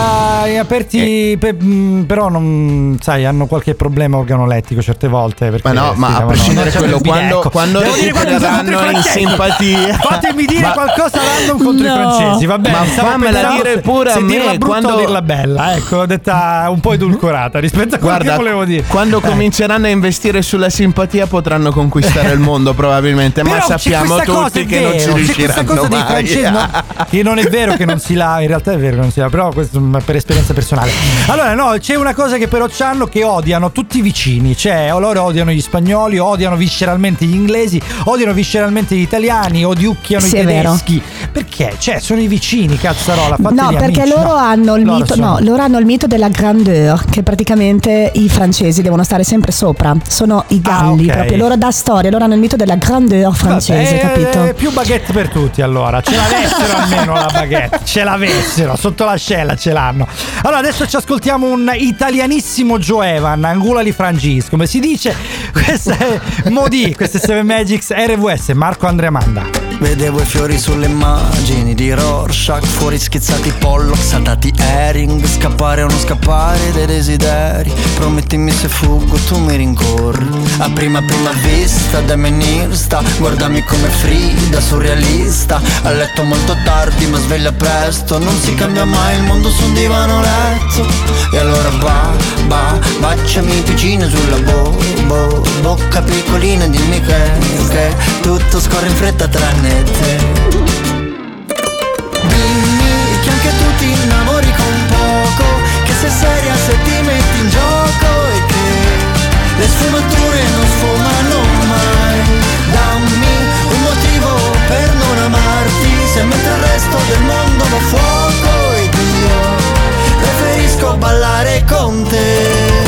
Aperti, però non sai, hanno qualche problema organolettico certe volte. Perché ma a prescindere da quello, quando recupereranno in simpatia, fatemi dire qualcosa random contro i francesi, va bene? Ma fammela dire pure a me. Dirla brutta o dirla bella, ecco, detta un po' edulcorata rispetto a quello che volevo dire. Quando cominceranno a investire sulla simpatia potranno conquistare il mondo probabilmente, ma sappiamo tutti che non ci riusciranno mai. Che non è vero che non si lava, in realtà è vero che non si lava, però questo è per esperienza personale. Allora no, c'è una cosa che però c'hanno, che odiano tutti i vicini, cioè loro odiano gli spagnoli, odiano visceralmente gli inglesi, odiano visceralmente gli italiani, odiucchiano i tedeschi. Perché? Cioè sono i vicini, cazzarola. No, perché amici, loro hanno il mito, loro hanno il mito della grandeur, che praticamente i francesi devono stare sempre sopra, sono i galli, proprio loro da storia, loro hanno il mito della grandeur francese, capito? Più baguette per tutti, allora ce l'avessero almeno la baguette, ce l'avessero sotto l'ascella, ce l'hanno. Allora adesso ci ascoltiamo un italianissimo Joe Evan, Angula di Frangis, come si dice. Questa è Modi, questa è Seven Magics, RVS, Marco Andrea Manda. Vedevo i fiori sulle immagini di Rorschach, fuori schizzati Pollock, saltati Hering, scappare o non scappare dei desideri, promettimi se fuggo tu mi rincorri, a prima vista da menista, guardami come Frida, surrealista, a letto molto tardi ma sveglia presto, non si cambia mai il mondo su un divano letto, e allora baciami piccina sulla bocca piccolina, dimmi che tutto scorre in fretta tranne te. Dimmi che anche tu ti innamori con poco, che sei seria se ti metti in gioco e che le sfumature non sfumano mai. Dammi un motivo per non amarti, se mentre il resto del mondo va a fuoco ed io preferisco ballare con te.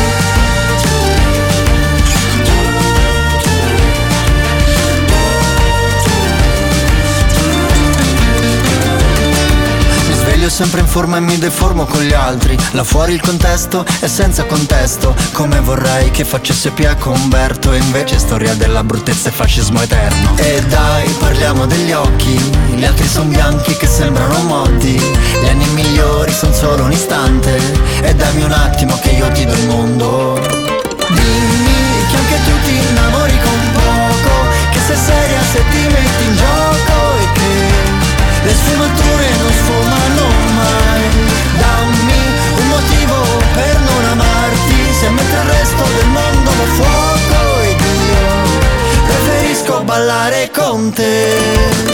Sempre in forma e mi deformo con gli altri, là fuori il contesto è senza contesto, come vorrei che facesse Pia con Umberto, e invece storia della bruttezza e fascismo eterno. E dai, parliamo degli occhi, gli altri son bianchi che sembrano modi, gli anni migliori son solo un istante, e dammi un attimo che io ti do il mondo. Dimmi che anche tu ti innamori con poco, che sei seria se ti metti in gioco e che le sfumature non sfumano mai. Dammi un motivo per non amarti, se mentre il resto del mondo va a fuoco ed io preferisco ballare con te.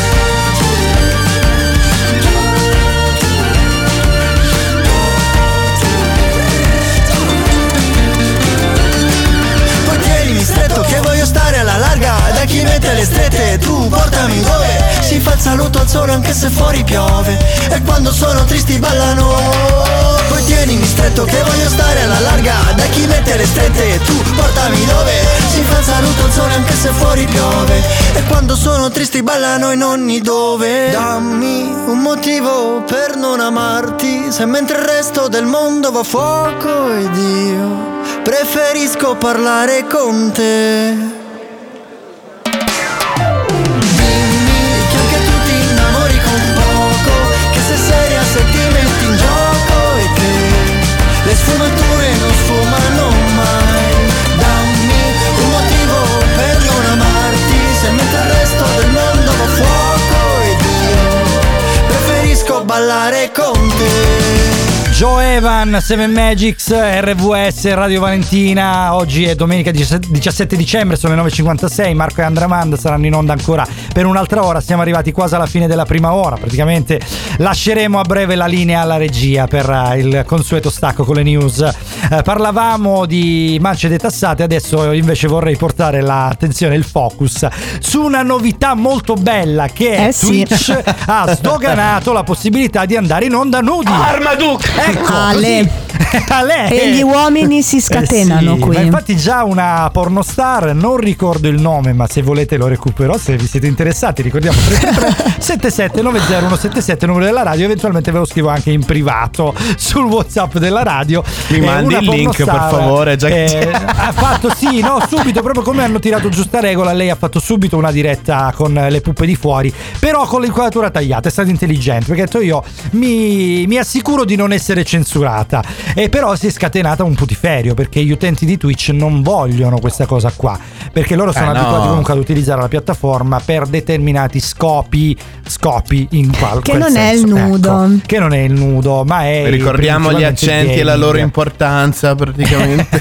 Stretto che voglio stare alla larga, da chi mette le strette, tu portami dove si fa il saluto al sole anche se fuori piove, e quando sono tristi ballano. Poi tienimi stretto che voglio stare alla larga, da chi mette le strette, tu portami dove si fa il saluto al sole anche se fuori piove, e quando sono tristi ballano in ogni dove. Dammi un motivo per non amarti, se mentre il resto del mondo va a fuoco ed io preferisco parlare con te. Dimmi che anche tu ti innamori con poco, che sei seria se ti metti in gioco e che le sfumature non sfumano mai. Dammi un motivo per non amarti, se mentre ballare con te. Joe Evan, Seven Magics, RVS, Radio Valentina. Oggi è domenica 17 dicembre, sono le 9.56. Marco e Andramanda saranno in onda ancora per un'altra ora. Siamo arrivati quasi alla fine della prima ora. Praticamente lasceremo a breve la linea alla regia per il consueto stacco con le news. Parlavamo di mance detassate, adesso invece vorrei portare l'attenzione, il focus su una novità molto bella che è Twitch ha sdoganato la possibilità di andare in onda nudi. Armaduke! Ecco, e gli uomini si scatenano qui. Ma infatti già una pornostar, non ricordo il nome, ma se volete lo recupero se vi siete interessati. Ricordiamo 333 77 90 177, numero della radio. Eventualmente ve lo scrivo anche in privato sul WhatsApp della radio. Mi mandi il link per favore, già che ha fatto subito, proprio come hanno tirato giusta regola. Lei ha fatto subito una diretta con le puppe di fuori, però con l'inquadratura tagliata. È stato intelligente, perché ho detto io mi assicuro di non essere censurata. E però si è scatenata un putiferio, perché gli utenti di Twitch non vogliono questa cosa qua, perché loro sono abituati comunque ad utilizzare la piattaforma per determinati scopi in qualche che non è il nudo, che non è il nudo, ma è ricordiamo gli accenti e la loro importanza praticamente.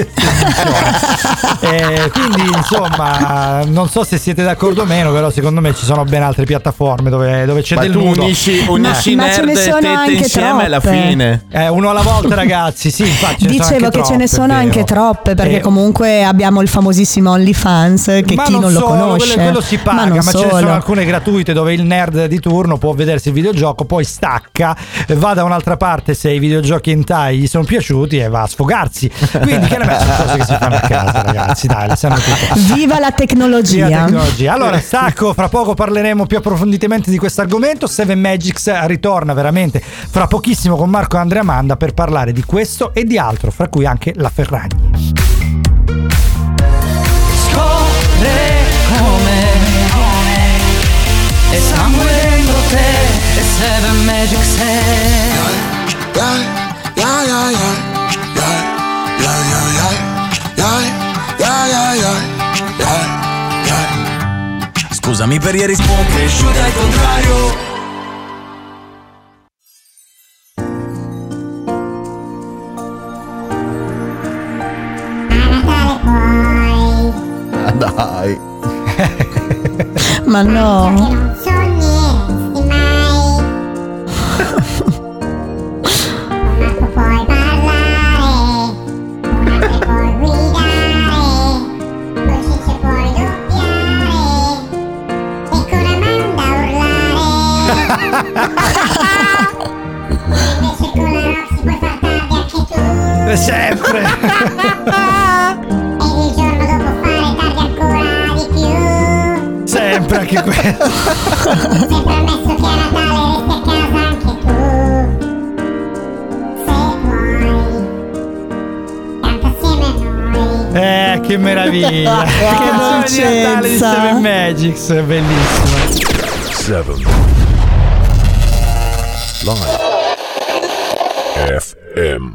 Quindi insomma non so se siete d'accordo o meno, però secondo me ci sono ben altre piattaforme dove c'è del nudo. Unisci nerd e tette insieme alla fine. Uno alla volta, ragazzi. Sì, infatti dicevo che ce ne sono anche troppe, perché comunque abbiamo il famosissimo OnlyFans che ma chi non lo conosce, quello si paga, ma ce ne sono alcune gratuite dove il nerd di turno può vedersi il videogioco, poi stacca, va da un'altra parte se i videogiochi hentai gli sono piaciuti e va a sfogarsi. Quindi chiaramente sono cose che si fanno a casa, ragazzi, dai, le sanno tutte. Viva la tecnologia. Allora stacco, fra poco parleremo più approfonditamente di questo argomento. Seven Magics ritorna veramente fra pochissimo con Marco e Andrea Manda per parlare di questo e di altro, fra cui anche la Ferragni. Scopre come e sangue dentro te e Seven Magics Scusami per ieri, sono cresciuta al contrario. Dai. Ma no. Non sogneresti mai. Marco puoi parlare, puoi guidare, con Ciccio puoi doppiare e con Amanda urlare. Invece con la Roxy puoi far tardi anche tu. Sempre. Sempre anche quello. Sempre ammesso che a Natale resti a casa anche tu. Se vuoi, canta assieme a noi. Che meraviglia. Che canzone di Natale di Seven Magics, bellissima. 7 Live FM.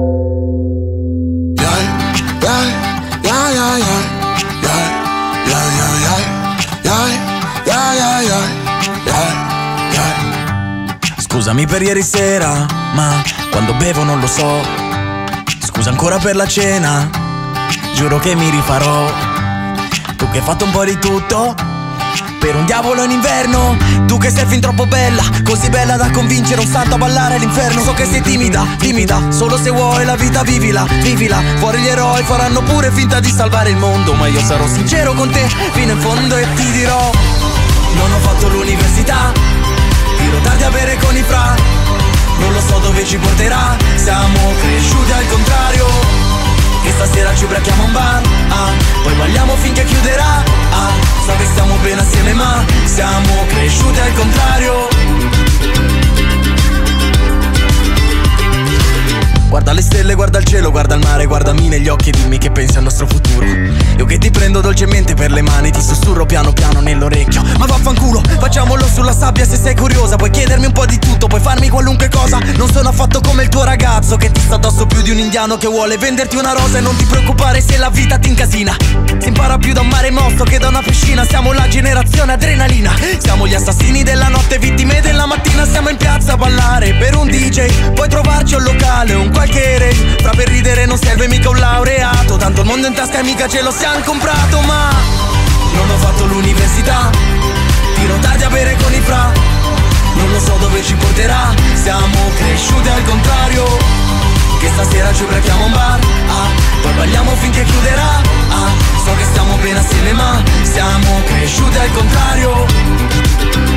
Scusami per ieri sera, ma quando bevo non lo so. Scusa ancora per la cena, giuro che mi rifarò. Tu che hai fatto un po' di tutto per un diavolo in inverno. Tu che sei fin troppo bella, così bella da convincere un santo a ballare all'inferno. So che sei timida, solo se vuoi la vita vivila. Fuori gli eroi faranno pure finta di salvare il mondo, ma io sarò sincero con te fino in fondo e ti dirò: non ho fatto l'università, tiro tardi a bere con i fra. Non lo so dove ci porterà, siamo cresciuti al contrario. Che stasera ci ubriachiamo a un bar, poi balliamo finché chiuderà. So che stiamo bene assieme ma siamo cresciuti al contrario. Guarda le stelle, guarda il cielo, guarda il mare, guardami negli occhi e dimmi che pensi al nostro futuro. Io che ti prendo dolcemente per le mani, ti sussurro piano piano nell'orecchio. Ma vaffanculo, facciamolo sulla sabbia se sei curiosa. Puoi chiedermi un po' di tutto, puoi farmi qualunque cosa. Non sono affatto come il tuo ragazzo che ti sta addosso più di un indiano che vuole venderti una rosa. E non ti preoccupare se la vita ti incasina, si impara più da un mare mosso che da una piscina. Siamo la generazione adrenalina, siamo gli assassini della notte, vittime della mattina. Siamo in piazza a ballare per un DJ, puoi trovarci un locale, un qualche rave. Fra per ridere non serve mica un laureato, tanto il mondo in tasca e mica ce lo siamo comprato. Ma non ho fatto l'università, tiro tardi a bere con i fra. Non lo so dove ci porterà, siamo cresciuti al contrario, che stasera ci ubriachiamo a un bar, poi balliamo finché chiuderà, so che stiamo bene assieme ma siamo cresciuti al contrario.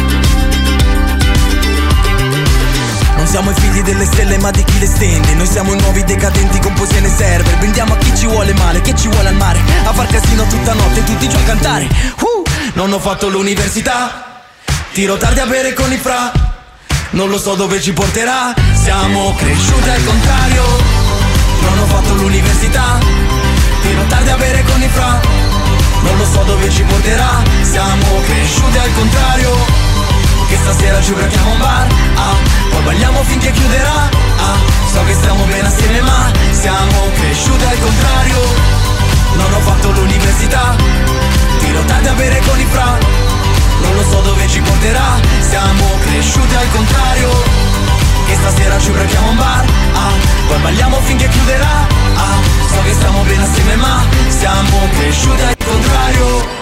Non siamo i figli delle stelle ma di chi le stende. Noi siamo i nuovi decadenti con poesie nei server. Vendiamo a chi ci vuole male, che ci vuole al mare, a far casino tutta notte e tutti giù a cantare. Non ho fatto l'università, tiro tardi a bere con i fra. Non lo so dove ci porterà, siamo cresciuti al contrario. Non ho fatto l'università, tiro tardi a bere con i fra. Non lo so dove ci porterà, siamo cresciuti al contrario, che stasera ci ubriachiamo a un bar, poi balliamo finché chiuderà, so che stiamo bene assieme ma siamo cresciuti al contrario. Non ho fatto l'università, tiro tardi a bere con i fra. Non lo so dove ci porterà, siamo cresciuti al contrario, che stasera ci ubriachiamo a un bar, poi balliamo finché chiuderà, so che stiamo bene assieme ma siamo cresciuti al contrario.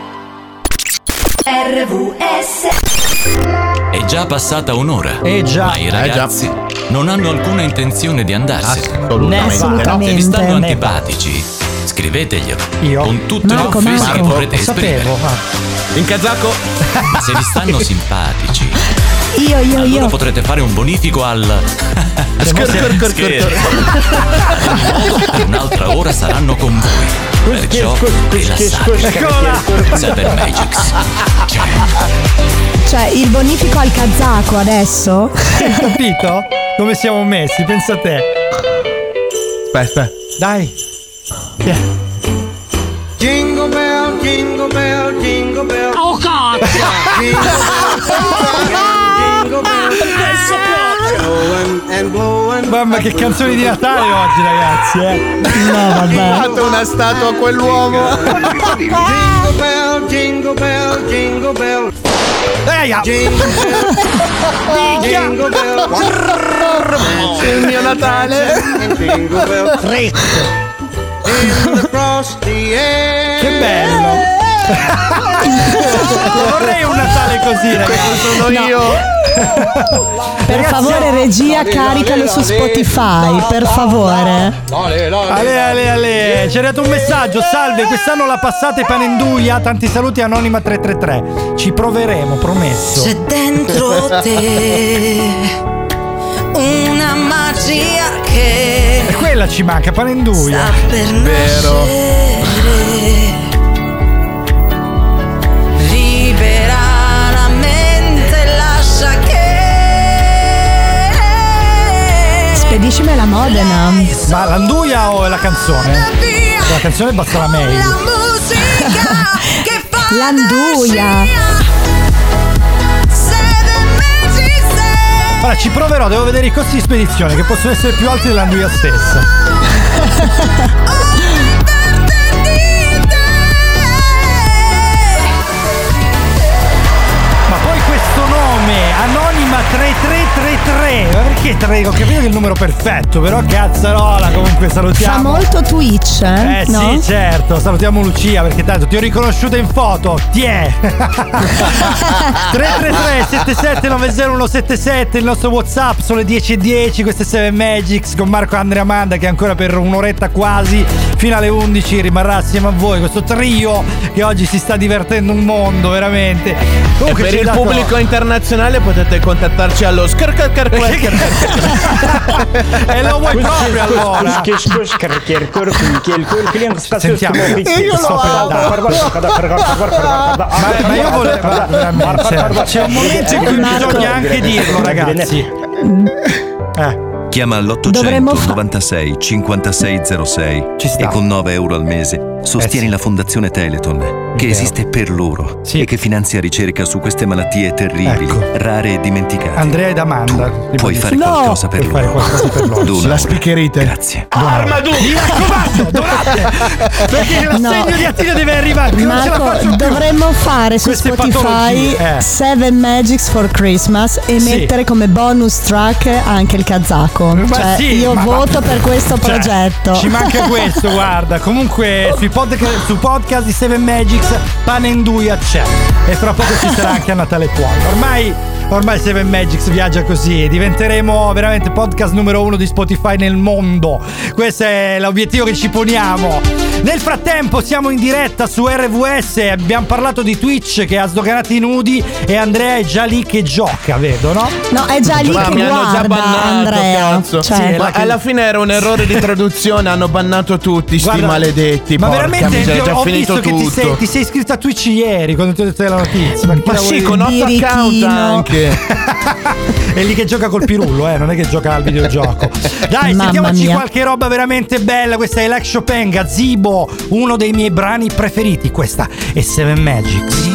RVS. È già passata un'ora. Già. Ma i ragazzi non hanno alcuna intenzione di andarsene. Assolutamente. Se vi stanno antipatici, scriveteglielo. Io? Con tutte le offese che vorrete esprimere. In kazako. Se vi stanno simpatici, io potrete fare un bonifico al Scherzo. Per un'altra ora saranno con voi. Perciò rilassatevi. 7 Magics. Cioè il bonifico al kazako adesso. Hai capito? Come siamo messi? Pensa a te. Aspetta. Dai. Jingle bell, jingle bell, jingle bell. Oh cazzo! Jingle bell, and blowing. Mamma che canzoni di Natale oggi ragazzi No vabbè. Ha fatto una statua a quell'uomo. Jingle bell, jingle bell, jingle bell. Jingle bell, jingle bell. Il mio Natale. Jingle bell. In the frosty air. Che bello. Vorrei un Natale così ragazzi. Sono io. Per favore regia caricalo su Spotify, per favore. Ale. Ci è arrivato un messaggio. Salve, quest'anno la passate Panenduia. Tanti saluti Anonima 333. Ci proveremo, promesso. C'è dentro te una magia che E quella ci manca, Panenduia. sta per Vero. nascere. Libera la mente, lascia che Spediscimi la Modena. Ma l'Anduia o la canzone? La canzone basta la mail. la musica che fa L'Anduia. Allora ci proverò, devo vedere i costi di spedizione che possono essere più alti dell'Anduia stessa. Ma poi questo nome, Anonima 3333, ma perché 3? Ho capito che è il numero perfetto, però cazzarola, comunque salutiamo. Fa molto Twitch, no? Sì, certo, salutiamo Lucia perché tanto ti ho riconosciuta in foto, ti è. 333 7790177 il nostro WhatsApp, sono le 10:10, queste 7 Magics con Marco, Andrea, Amanda che ancora per un'oretta quasi fino alle 11 rimarrà assieme a voi, questo trio che oggi si sta divertendo un mondo veramente. Comunque E per il pubblico internazionale potete contattarci allo E lo vuoi proprio allora? Sentiamo. Ma io volevo veramente, c'è un momento in cui bisogna anche dirlo ragazzi. Chiama all'800 96 5606 e con 9 euro al mese sostieni la Fondazione Telethon, che esiste per loro e che finanzia ricerca su queste malattie terribili, rare e dimenticate. Andrea ed Amanda. Puoi fare qualcosa per loro. Dona. La speakerite. Grazie. Mi raccomando, donate! Perché l'assegno di Attilio deve arrivare. Marco, dovremmo fare su Spotify 7 Magics for Christmas e mettere come bonus track anche il kazako. Cioè, io voto per questo progetto. Ci manca questo, guarda. Comunque su podcast di 7 Magics Panenduia c'è. E fra poco ci sarà anche a Natale Puoi. Ormai 7 Magics viaggia così. Diventeremo veramente podcast numero 1 di Spotify nel mondo. Questo è l'obiettivo che ci poniamo. Nel frattempo siamo in diretta su RVS. Abbiamo parlato di Twitch che ha sdoganato i nudi. E Andrea è già lì che gioca, vedo, no? No, è già lì che mi guarda, hanno già bannato, Andrea. cazzo. Cioè, ma alla fine era un errore di traduzione. Hanno bannato tutti sti maledetti. Ma veramente miseria, già ho finito visto tutto. che ti sei iscritto a Twitch ieri quando ti ho detto la notizia. Ma sì, con 8 account anche. È lì che gioca col pirullo, non è che gioca al videogioco. Dai, sentiamoci qualche roba veramente bella. Questa è Like Chopin, Gazebo, uno dei miei brani preferiti. Questa è 7 Magics.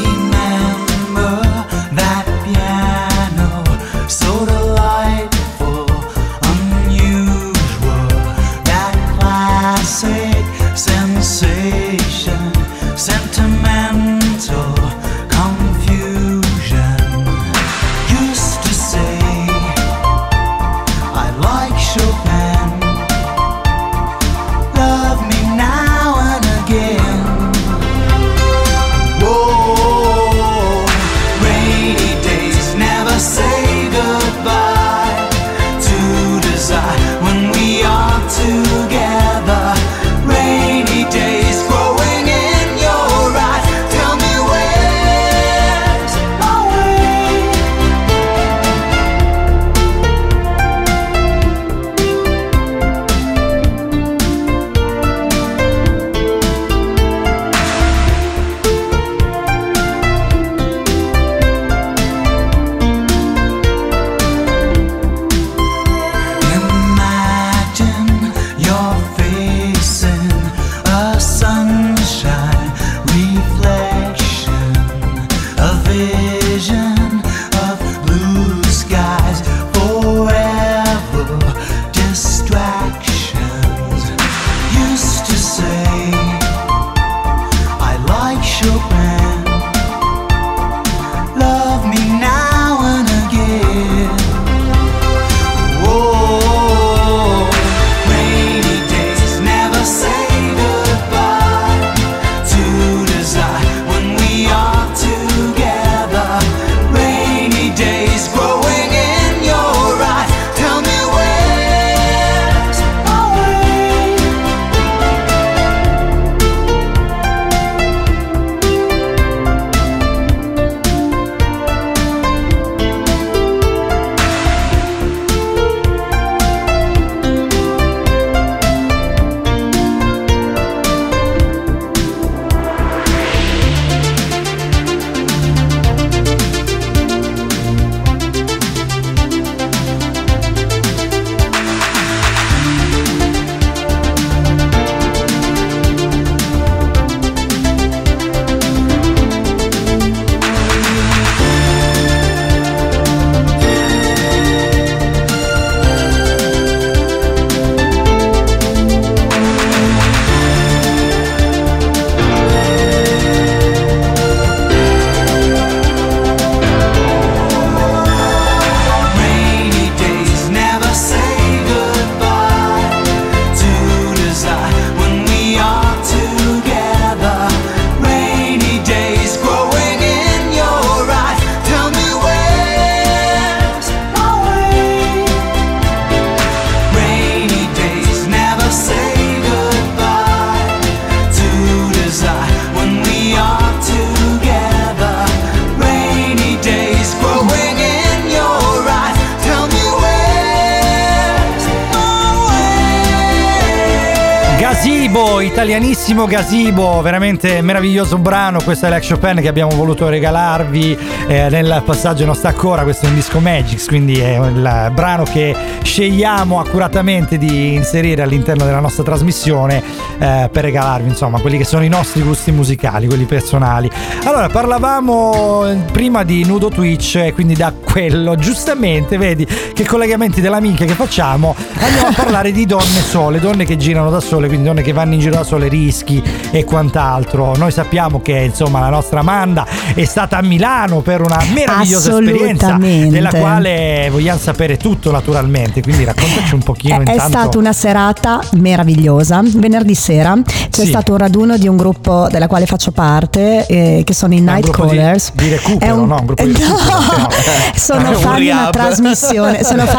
italianissimo Gazebo, veramente meraviglioso brano. Questo è l'Action Pen che abbiamo voluto regalarvi nel passaggio Non sta ancora. Questo è un disco Magix, quindi è il brano che scegliamo accuratamente di inserire all'interno della nostra trasmissione per regalarvi, insomma, quelli che sono i nostri gusti musicali, quelli personali. Allora, parlavamo prima di nudo Twitch e quindi da quello, giustamente, vedi che collegamenti della minchia che facciamo, andiamo a parlare di donne sole, donne che girano da sole, quindi donne che vanno in giro da sole, rischi e quant'altro. Noi sappiamo che, insomma, la nostra Amanda è stata a Milano per una meravigliosa esperienza della quale vogliamo sapere tutto, naturalmente, quindi raccontaci un pochino. È stata una serata meravigliosa. Venerdì sera c'è stato un raduno di un gruppo della quale faccio parte, che sono i Nightcallers. Di recupero, un gruppo di recupero. Sono fan di una trasmissione,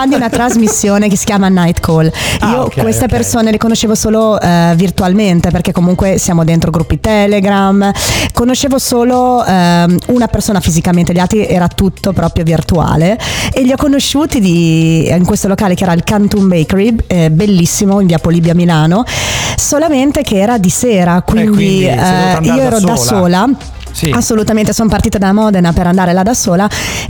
che si chiama Nightcall. Io queste persone le conoscevo solo virtualmente, perché comunque siamo dentro gruppi Telegram. Conoscevo solo una persona fisicamente, gli altri era tutto proprio virtuale, e li ho conosciuti in questo locale che era il Canton Bakery, bellissimo, in via Polibia a Milano, solamente che era di sera, quindi io ero da sola. Sì. Assolutamente, sono partita da Modena per andare là da sola,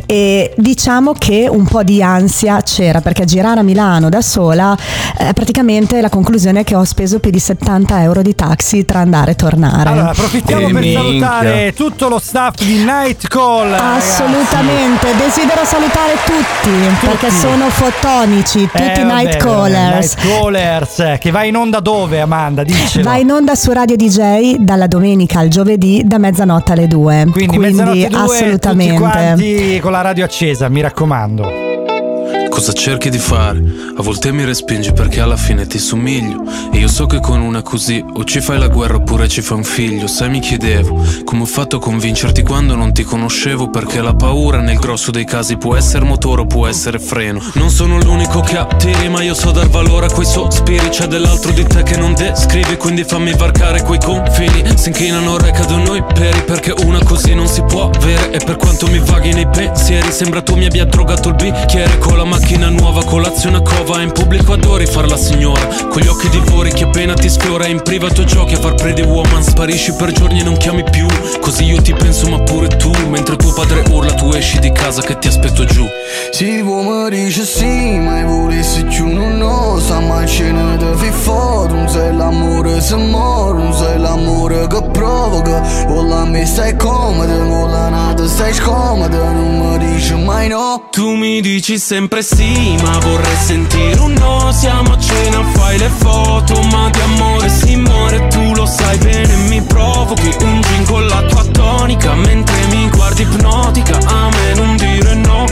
e diciamo che un po' di ansia c'era, perché girare a Milano da sola, praticamente la conclusione è che ho speso più di 70 euro di taxi tra andare e tornare. Allora, approfittiamo per salutare tutto lo staff di Nightcall. Assolutamente, ragazzi. Desidero salutare tutti perché sono fotonici, tutti Nightcallers. Nightcallers, che va in onda dove, Amanda? Dicelo. Va in onda su Radio DJ dalla domenica al giovedì da mezzanotte alle 2. Quindi mezzanotte 2, assolutamente. Tutti quanti con la radio accesa, mi raccomando. Cosa cerchi di fare? A volte mi respingi perché alla fine ti somiglio, e io so che con una così o ci fai la guerra oppure ci fai un figlio. Sai, mi chiedevo come ho fatto a convincerti quando non ti conoscevo, perché la paura nel grosso dei casi può essere motore o può essere freno. Non sono l'unico che attiri, ma io so dar valore a quei sospiri. C'è dell'altro di te che non descrivi, quindi fammi varcare quei confini. Si inchinano, recadono i peri, perché una così non si può avere. E per quanto mi vaghi nei pensieri, sembra tu mi abbia drogato il bicchiere con la macchina nuova, colazione a cova, in pubblico adori far la signora, con gli occhi divori che appena ti sfiora, in privato giochi a far pretty woman, sparisci per giorni e non chiami più, così io ti penso ma pure tu, mentre tuo padre urla tu esci di casa che ti aspetto giù. Si può mi dice sì, ma volessi più non lo sa, ma ce ne devi fare, non sei l'amore se muore, non sei l'amore che provoca, con la me stai comoda, con la nata stai scomoda, non mi dici mai no. Tu mi dici sempre sì, ma vorrei sentire un no. Siamo a cena, fai le foto, ma di amore si muore, tu lo sai bene. Mi provochi un gin con la tua tonica, mentre mi guardi ipnotica, a me non dire no.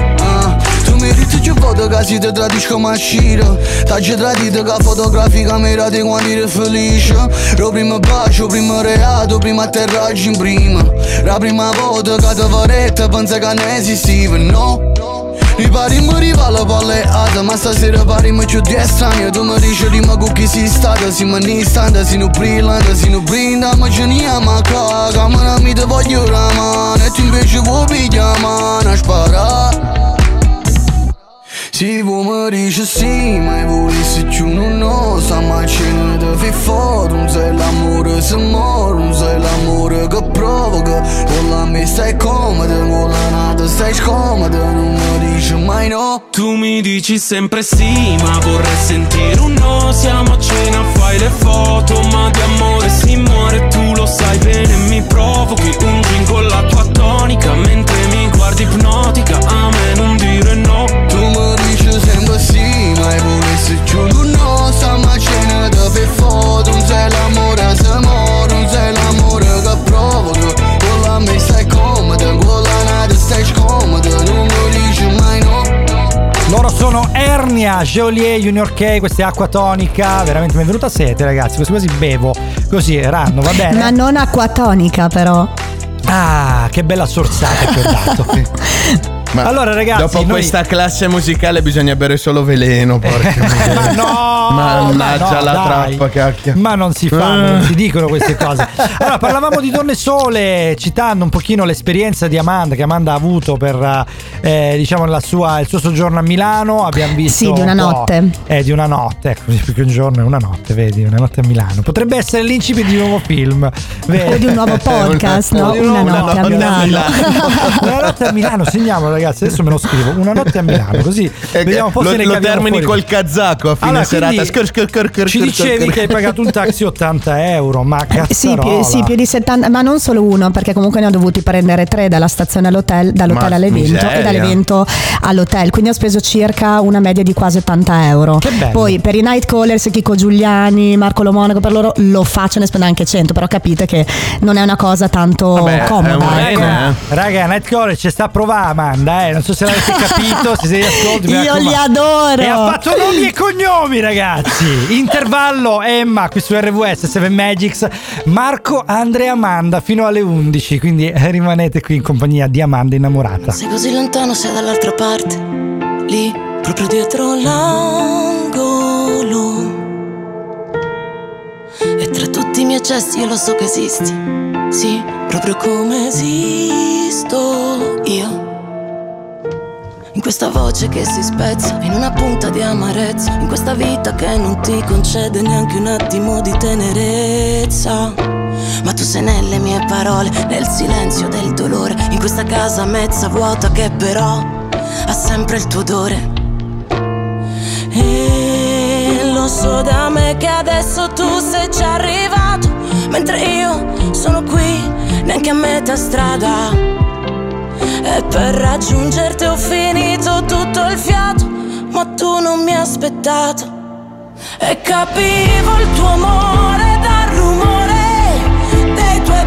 Tu mi dici che foto che si ti tradisci come sciro, t'hai tradito che fotografica mirate quando eri felice. Lo primo bacio, primo reato, primo atterraggio in prima, la prima volta che ti faretta pensa che ne esistiva, no. Riparimmo rivale palleata, ma stasera parimmo più di estraneo. Tu mi dici rima con chi si stata, si manistante, si nu brillante, si nu brinda, ma ce ne ama caga, ma non mi te voglio la mano, e tu invece vuoi pigliare mano a sparare. Si può mi dice sì, ma volessi più non lo sa, ma ce ne devi fare, non sei l'amore se muore, non sei l'amore che provoca, con la me stai comoda, con la nata stai scomoda, non mi dici mai no. Tu mi dici sempre sì, ma vorrei sentire un no. Siamo a cena, fai le foto, ma di amore si muore, tu lo sai bene. Mi provochi un gin con la tua tonica, mentre mi guardi ipnotica, a me non dire no. Tu mi dici sempre sì, ma volessi più non no. Stiamo a cena, dove foto, non sei l'amore se muore, non sei l'amore che provoca, con la me stai comoda, con la nata stai scomoda, non mi dici mai no. Loro sono Ernia, Geolier, Junior K, questa è acqua tonica. Veramente mi è venuta sete, ragazzi, quasi bevo così, random, va bene? Ma non acqua tonica, però. Ah, che bella sorsata che ho dato. Ma allora ragazzi, dopo questa classe musicale bisogna bere solo veleno, porca ma no, mannaggia la trappa, cacchio. Ma non si fanno, non si dicono queste cose. Allora, parlavamo di Donne Sole, citando un pochino l'esperienza di Amanda, che Amanda ha avuto per diciamo il suo soggiorno a Milano. Abbiamo visto sì, di una notte. Di una notte, ecco, più che un giorno è una notte, vedi, una notte a Milano. Potrebbe essere l'incipit di un nuovo film, vedi? O di un nuovo podcast, no? Una notte a Milano. Una notte a Milano, segniamo ragazzi, adesso me lo scrivo, una notte a Milano, così vediamo un po' se ne lo termini col kazako a fine serata. Ci dicevi che hai pagato un taxi 80 euro, ma cazzarola. Sì, più di 70, ma non solo uno, perché comunque ne ho dovuti prendere 3 dalla stazione dall'hotel all'evento e dall'evento all'hotel, quindi ho speso circa una media di quasi 80 euro. Che bello. Poi per i night callers, Chico Giuliani, Marco Lo Monaco, per loro lo faccio, ne spendo anche 100, però capite che non è una cosa tanto comoda. Raga, night caller ci sta a provare Amanda, non so se l'avete capito, se siete ascolti. Io li adoro. E ha fatto nomi e cognomi, ragazzi. Intervallo Emma qui su RVS 7 Magics, Marco, Andrea, Amanda fino alle 11, quindi rimanete qui in compagnia di Amanda innamorata. Sei così lontano, sei dall'altra parte, lì proprio dietro l'angolo, e tra tutti i miei gesti io lo so che esisti, sì, proprio come esisto io. In questa voce che si spezza, in una punta di amarezza, in questa vita che non ti concede neanche un attimo di tenerezza. Ma tu sei nelle mie parole, nel silenzio del dolore, in questa casa mezza vuota che però ha sempre il tuo odore. E lo so da me che adesso tu sei già arrivato, mentre io sono qui, neanche a metà strada. E per raggiungerti ho finito tutto il fiato, ma tu non mi hai aspettato. E capivo il tuo amore dal rumore dei tuoi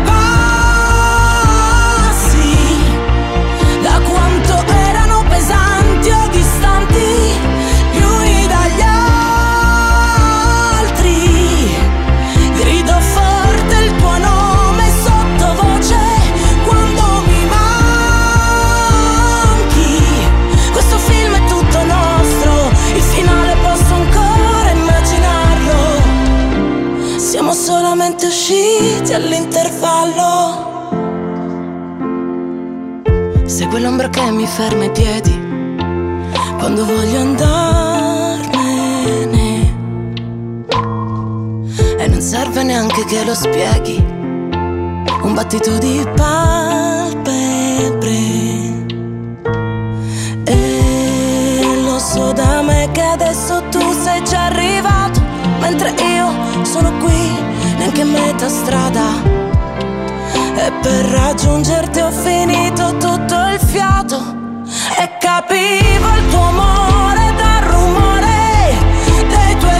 passi, da quanto erano pesanti o distanti gli uni dagli altri. Grido forte il tuo nome sottovoce quando mi manchi. Questo film è tutto nostro, il finale posso ancora immaginarlo. Siamo solamente usciti all'intervallo. Sei quell'ombra che mi ferma i piedi quando voglio andarmene, e non serve neanche che lo spieghi, un battito di palpebre. E lo so da me che adesso tu sei già arrivato, mentre io sono qui, neanche a metà strada. E per raggiungerti ho finito tutto il fiato. E capivo il tuo amore dal rumore dei tuoi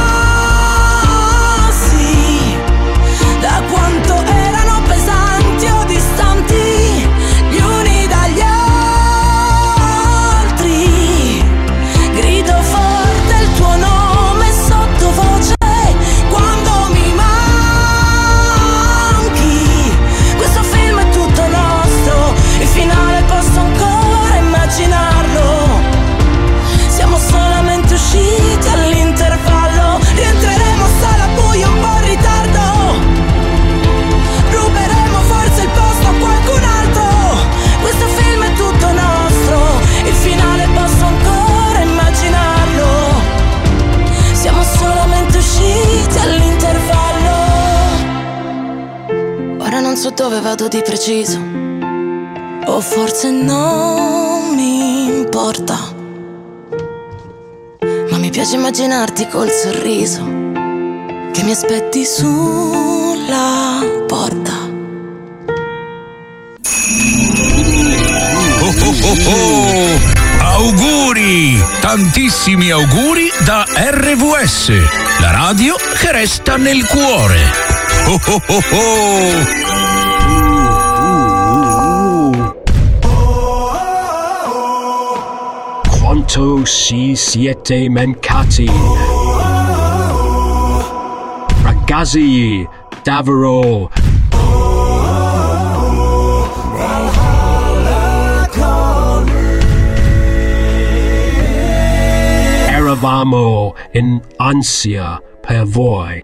passi, da quanto erano pesanti o distanti gli uni dagli altri. Grido forte il tuo nome sottovoce quando mi manchi. Questo film è tutto nostro, il finale posso ancora immaginarlo. Siamo solamente usciti all'intervallo, rientreremo a sala buio un po' in ritardo, ruberemo forse il posto a qualcun altro. Questo film è tutto nostro, il finale posso ancora immaginarlo. Siamo solamente usciti all'intervallo. Ora non so dove vado di preciso, o forse non mi importa, ma mi piace immaginarti col sorriso che mi aspetti sulla porta. Oh oh oh oh! Auguri! Tantissimi auguri da RVS, la radio che resta nel cuore. Oh oh oh oh! Quanto si siete mancati, ragazzi, davvero. eravamo in ansia per voi.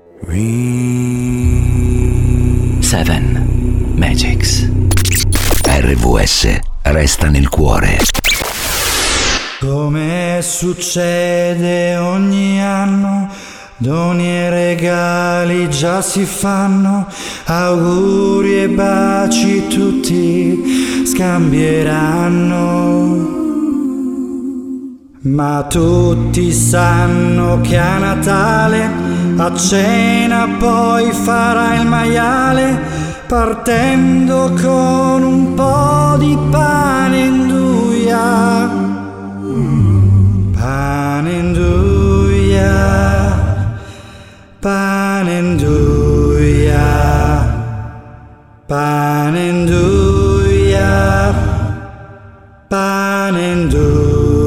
7 Magics. RVS resta nel cuore. Come succede ogni anno, doni e regali già si fanno, auguri e baci tutti scambieranno. Ma tutti sanno che a Natale, a cena poi farà il maiale, partendo con un po' di pane induia. Pane induia, pane induia, pane induia, pane induia.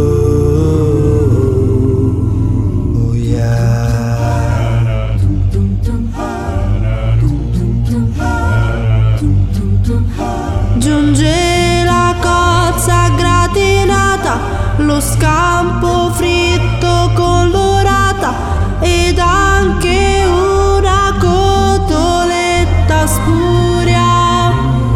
Giunge la cozza gratinata, lo scampo fritto colorata ed anche una cotoletta spuria.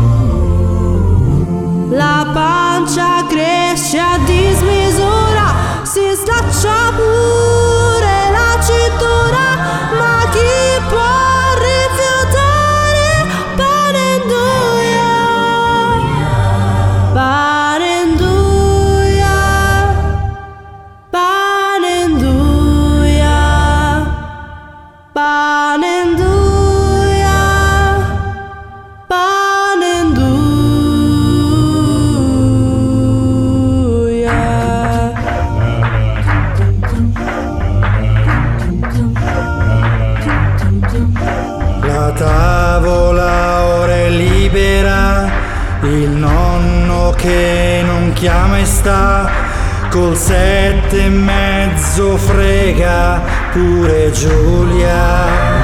La pancia cresce a dismisura, si slaccia pure la cintura, ma chi può rifiutare pane induia? Pane induia, pane induia, pane induia, pane induia. La tavola ora è libera, il nonno che non chiama e sta, col 7:30 frega pure Giulia.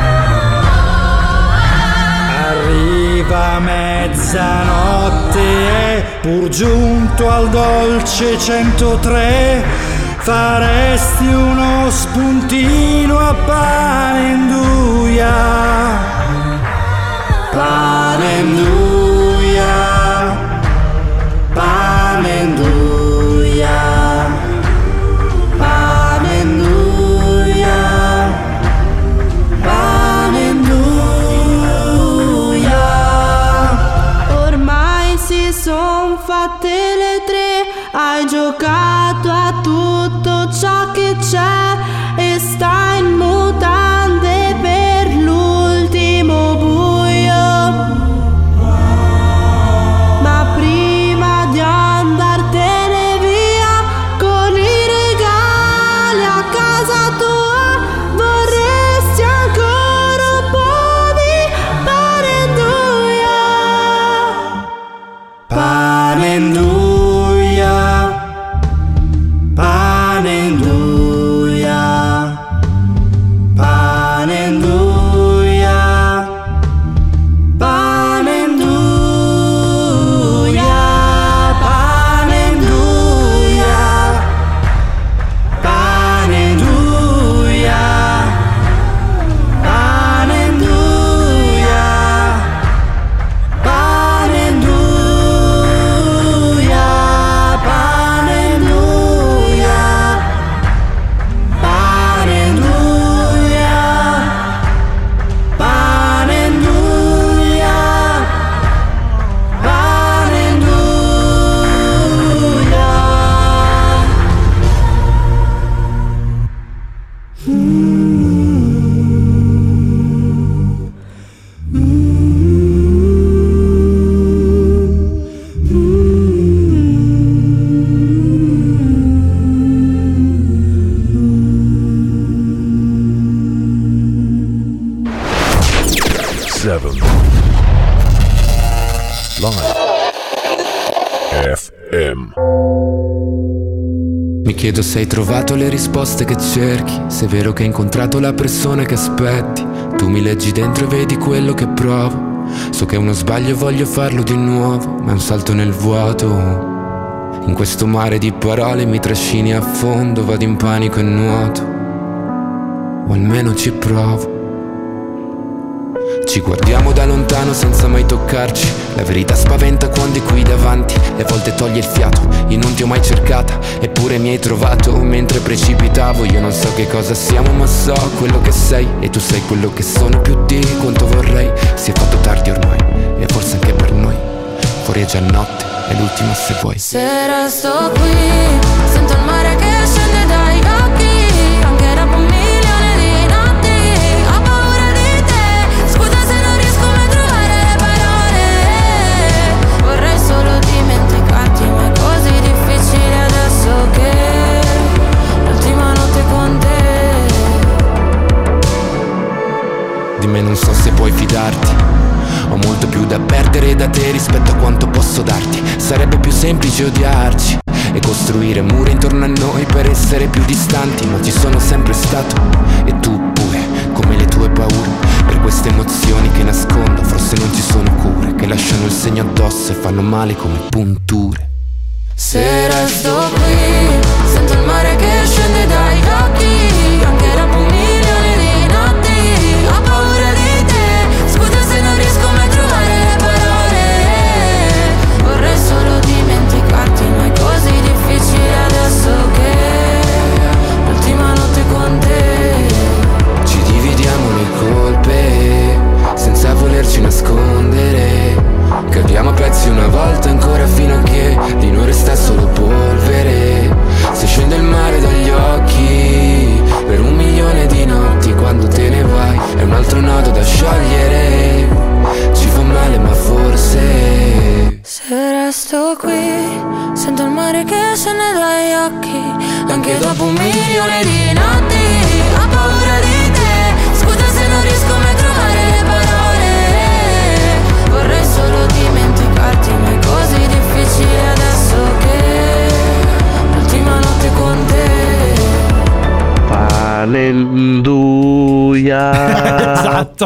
Arriva mezzanotte e pur giunto al dolce 103, faresti uno spuntino a pane induia. Pane induia, pane induia, pane induia, pane induia. Ormai si son fatte le 3, hai giocato a tutto ciò che c'è e stai in mutande per l'ultimo buio. Ma prima di andartene via con i regali a casa tua, vorresti ancora un po' di pane induia. Pane induia, pane induia, pane induia, pane induia, pane induia, pane induia, pane induia, pane induia, pane induia, pane induia, pane induia, pane Seven Live FM. Mi chiedo se hai trovato le risposte che cerchi, se è vero che hai incontrato la persona che aspetti. Tu mi leggi dentro e vedi quello che provo. So che è uno sbaglio e voglio farlo di nuovo, ma è un salto nel vuoto In questo mare di parole mi trascini a fondo, vado in panico e nuoto, o almeno ci provo. Ci guardiamo da lontano senza mai toccarci. La verità spaventa quando è qui davanti e a volte toglie il fiato. Io non ti ho mai cercata, eppure mi hai trovato mentre precipitavo. Io non so che cosa siamo, ma so quello che sei, e tu sei quello che sono più di quanto vorrei. Si è fatto tardi ormai, e forse anche per noi. Fuori è già notte, è l'ultima se vuoi. Se resto qui, sento il mare che scende dai occhi, anche dopo un milione di notti. Ho paura di te, scusa se non riesco mai a trovare le parole. Vorrei solo dimenticarti, ma è così difficile adesso che l'ultima notte con te. Di me non so se puoi fidarti. Ho molto più da perdere da te rispetto a quanto posso darti. Sarebbe più semplice odiarci e costruire mura intorno a noi per essere più distanti, ma ci sono sempre stato, e tu pure, come le tue paure. Per queste emozioni che nascondo forse non ci sono cure, che lasciano il segno addosso e fanno male come punture. Se resto qui, sento il mare che scende dai occhi, anche dopo un milione di notti. Ho paura di te, scusa se non riesco mai a trovare le parole. Vorrei solo dimenticarti, ma è così difficile adesso che l'ultima notte con te. Ci dividiamo le colpe senza volerci nascondere. Cadiamo a pezzi una volta ancora fino a che di noi resta solo polvere. Se scende il mare dagli occhi per un milione di notti, quando te ne vai è un altro nodo da sciogliere. Ci fa male ma forse se resto qui, sento il mare che scende dagli occhi, anche dopo un milione di notti. Ho paura di te, scusa se non riesco mai a trovare le parole. Vorrei solo dimenticarti, ma è così difficile adesso che l'ultima notte con te. Palenduia. Esatto.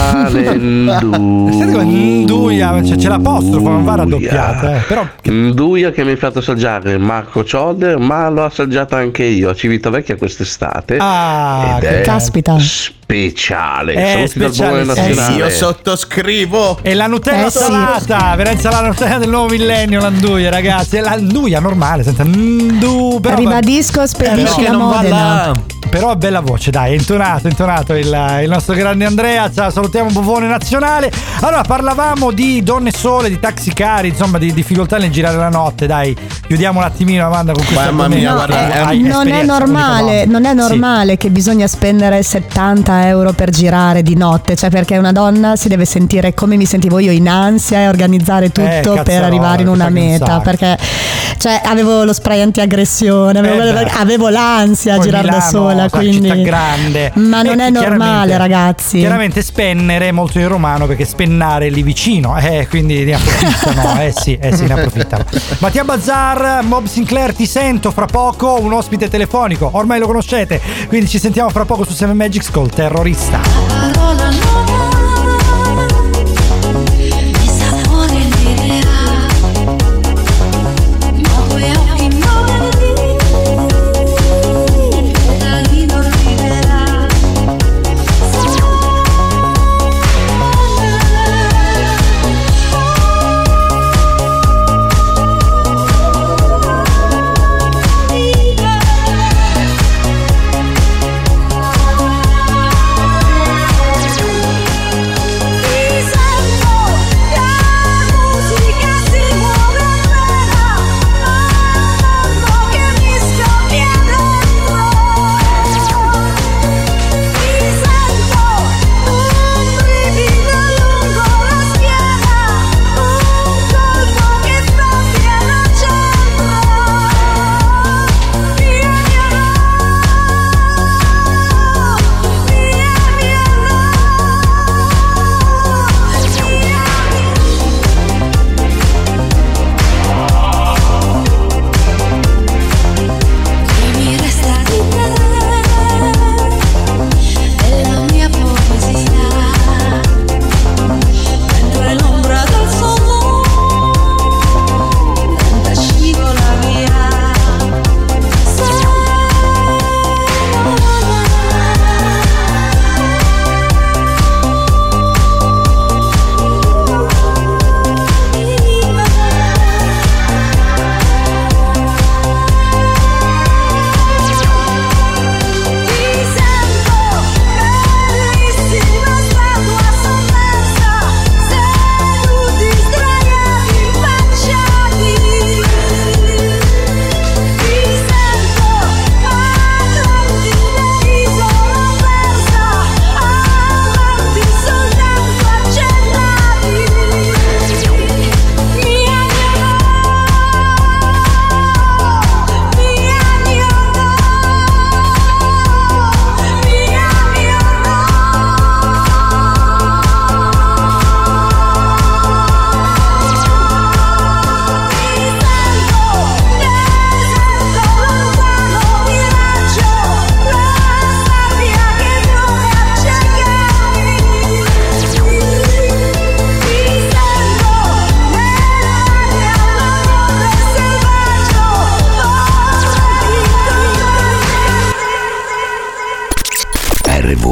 Palenduia. C'è l'apostrofo, non va raddoppiata. Però Nduia che mi ha fatto assaggiare Marco Cioder, ma l'ho assaggiata anche io a Civitavecchia quest'estate. Ed è caspita. Speciale. Saluti dal Buone Nazionale. Io sottoscrivo. E la Nutella salata, veramente la Nutella del nuovo millennio, l'Anduia, ragazzi. È l'Anduia normale, senza ndu. Ribadisco, spedisci la Modena. Però bella voce, dai, intonato il nostro grande Andrea. Ciao, salutiamo Bovone Nazionale. Allora, parlavamo di donne sole, di taxicari, insomma, di difficoltà nel girare la notte. Dai, chiudiamo un attimino, Amanda, con questo argomento. Non è normale che bisogna spendere 70 euro per girare di notte, cioè perché una donna si deve sentire come mi sentivo io, in ansia, e organizzare tutto per arrivare in una meta, perché cioè avevo lo spray antiaggressione, avevo l'ansia a girare da sola, quindi città grande. Ma non è normale, ragazzi. Chiaramente spennere è molto in romano, perché spennare è lì vicino, quindi ne approfittano. sì, ne approfittano. Mattia Bazzar, Mob Sinclair, ti sento fra poco, un ospite telefonico, ormai lo conoscete, quindi ci sentiamo fra poco su 7 Magics col Terrorista.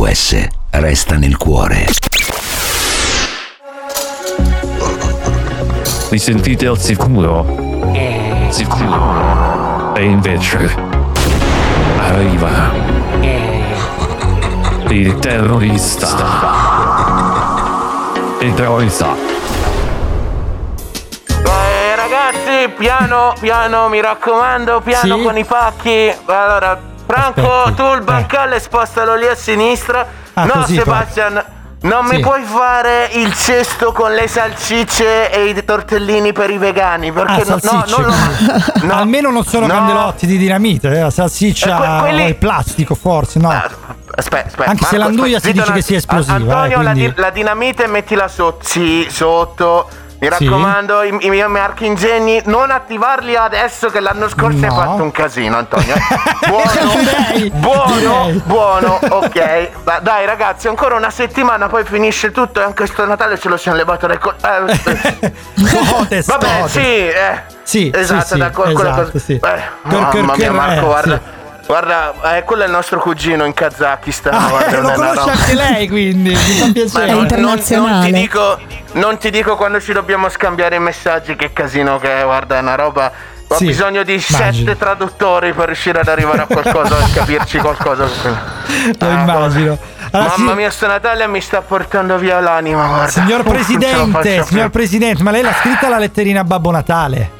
RVS resta nel cuore. Li sentite al sicuro? Sicuro. E invece arriva il terrorista. Il terrorista. Ragazzi, piano, mi raccomando, piano con i pacchi. Allora, Franco, tu il bancale spostalo lì a sinistra. No, così, Sebastian, non mi puoi fare il cesto con le salsicce e i tortellini per i vegani, perché no, almeno non sono candelotti di dinamite, la salsiccia o il plastico, forse, no. Aspetta, anche se l'anduia si dice che sia esplosiva. Antonio, quindi... la dinamite mettila sotto. Sì, sotto. Mi raccomando, i miei marchingegni, non attivarli adesso che l'anno scorso hai fatto un casino, Antonio. Buono, ok. Dai ragazzi, ancora una settimana, poi finisce tutto e anche sto Natale ce lo siamo levato dai vabbè, sì, esatto, da quella cosa. Sì. Mamma mia, Marco, guarda, quello è il nostro cugino in Kazakistan. Lo conosce anche lei, quindi mi fa piacere. È internazionale. Non ti dico quando ci dobbiamo scambiare i messaggi, che casino che è, guarda, è una roba. Ho bisogno di 7 traduttori per riuscire ad arrivare a qualcosa e capirci qualcosa. Lo immagino. Allora, mamma mia, sto Natale mi sta portando via l'anima, guarda. Signor Presidente, ma lei l'ha scritta la letterina a Babbo Natale?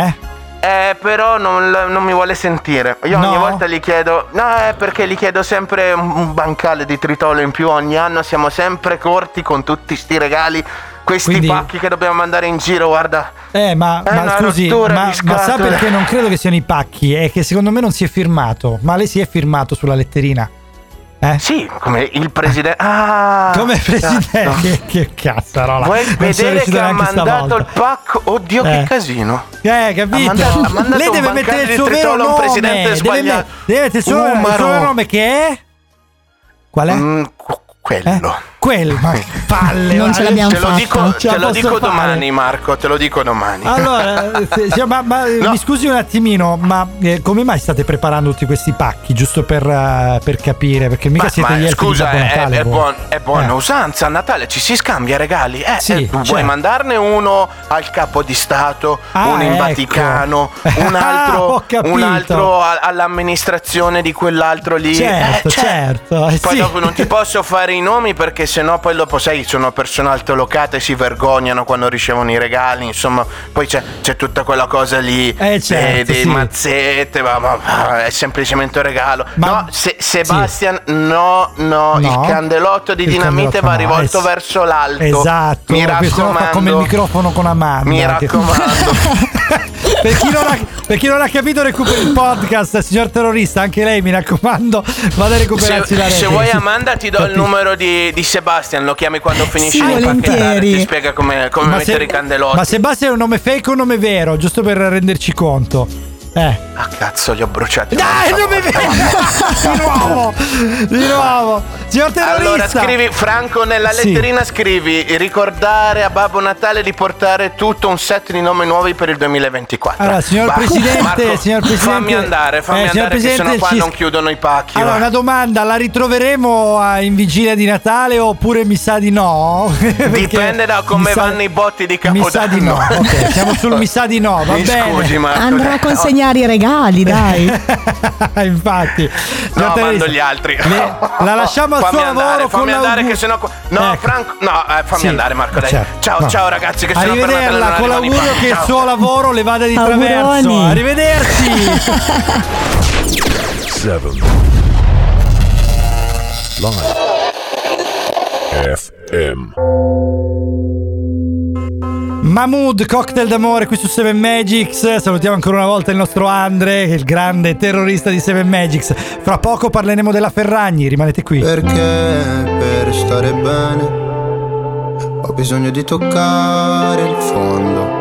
Però non mi vuole sentire. Io ogni volta gli chiedo. No, perché gli chiedo sempre un bancale di tritolo in più. Ogni anno siamo sempre corti con tutti sti regali. Questi pacchi che dobbiamo mandare in giro, guarda. Ma scusi, ma sa perché non credo che siano i pacchi? È che secondo me non si è firmato. Ma lei si è firmato sulla letterina? Sì, come il presidente. Come presidente? Che cazzarola. Vuoi vedere che ha mandato il pacco? Oddio, che casino. Capito? Lei deve mettere il suo vero nome. Presidente sbagliato. Deve mettere il suo vero nome, che è? Qual è? Quello, ma palle. Non ce l'abbiamo fatta. Te lo dico domani, Marco, te lo dico domani. Allora, mi scusi un attimino, ma come mai state preparando tutti questi pacchi? Giusto per capire, perché mica siete gli elfi di Babbo Natale. È buona usanza, a Natale ci si scambia regali. Vuoi certo. mandarne uno al capo di Stato, uno in Vaticano, un altro all'amministrazione di quell'altro lì. Certo. Poi dopo non ti posso fare i nomi, perché sennò poi dopo, sai, sono persone altolocate e si vergognano quando ricevono i regali. Insomma, poi c'è tutta quella cosa lì dei mazzette, ma è semplicemente un regalo. Sebastian, no, il candelotto di dinamite va rivolto verso l'alto. Esatto, mi raccomando, come il microfono con Amanda. Mi raccomando. Per chi non ha capito, recuperi il podcast, signor terrorista. Anche lei, mi raccomando, vada a recuperarsi la rete. Se vuoi, Amanda, ti do il numero di Sebastian. Lo chiami quando finisci di impacchettare, ti spiega come mettere i candelotti. Ma Sebastian è un nome fake o un nome vero? Giusto per renderci conto. Cazzo, li ho bruciati. Dai, non mi vedo. Di nuovo. Signor terrorista. Allora scrivi, Franco, nella letterina scrivi: ricordare a Babbo Natale di portare tutto un set di nomi nuovi per il 2024. Allora, signor Presidente, Marco, signor Presidente, fammi andare che sennò qua non chiudono i pacchi. Allora, una domanda: la ritroveremo in vigilia di Natale oppure mi sa di no? Dipende da come vanno i botti di Capodanno. Mi sa di no. Ok, siamo sul mi sa di no, va bene. Scusi, Marco, andrò a consegnare i regali, dai. Infatti. No, mando gli altri. La lasciamo al suo lavoro. Fammi andare che sennò. No, Franco. No, fammi andare, Marco, dai. Certo. Ciao ragazzi, che sennò arrivederla, con l'augurio che il suo lavoro le vada di traverso. Arrivederci. 7 Live FM. Mahmood, Cocktail d'amore qui su Seven Magics. Salutiamo ancora una volta il nostro Andre, il grande terrorista di Seven Magics. Fra poco parleremo della Ferragni, rimanete qui. Perché per stare bene ho bisogno di toccare il fondo.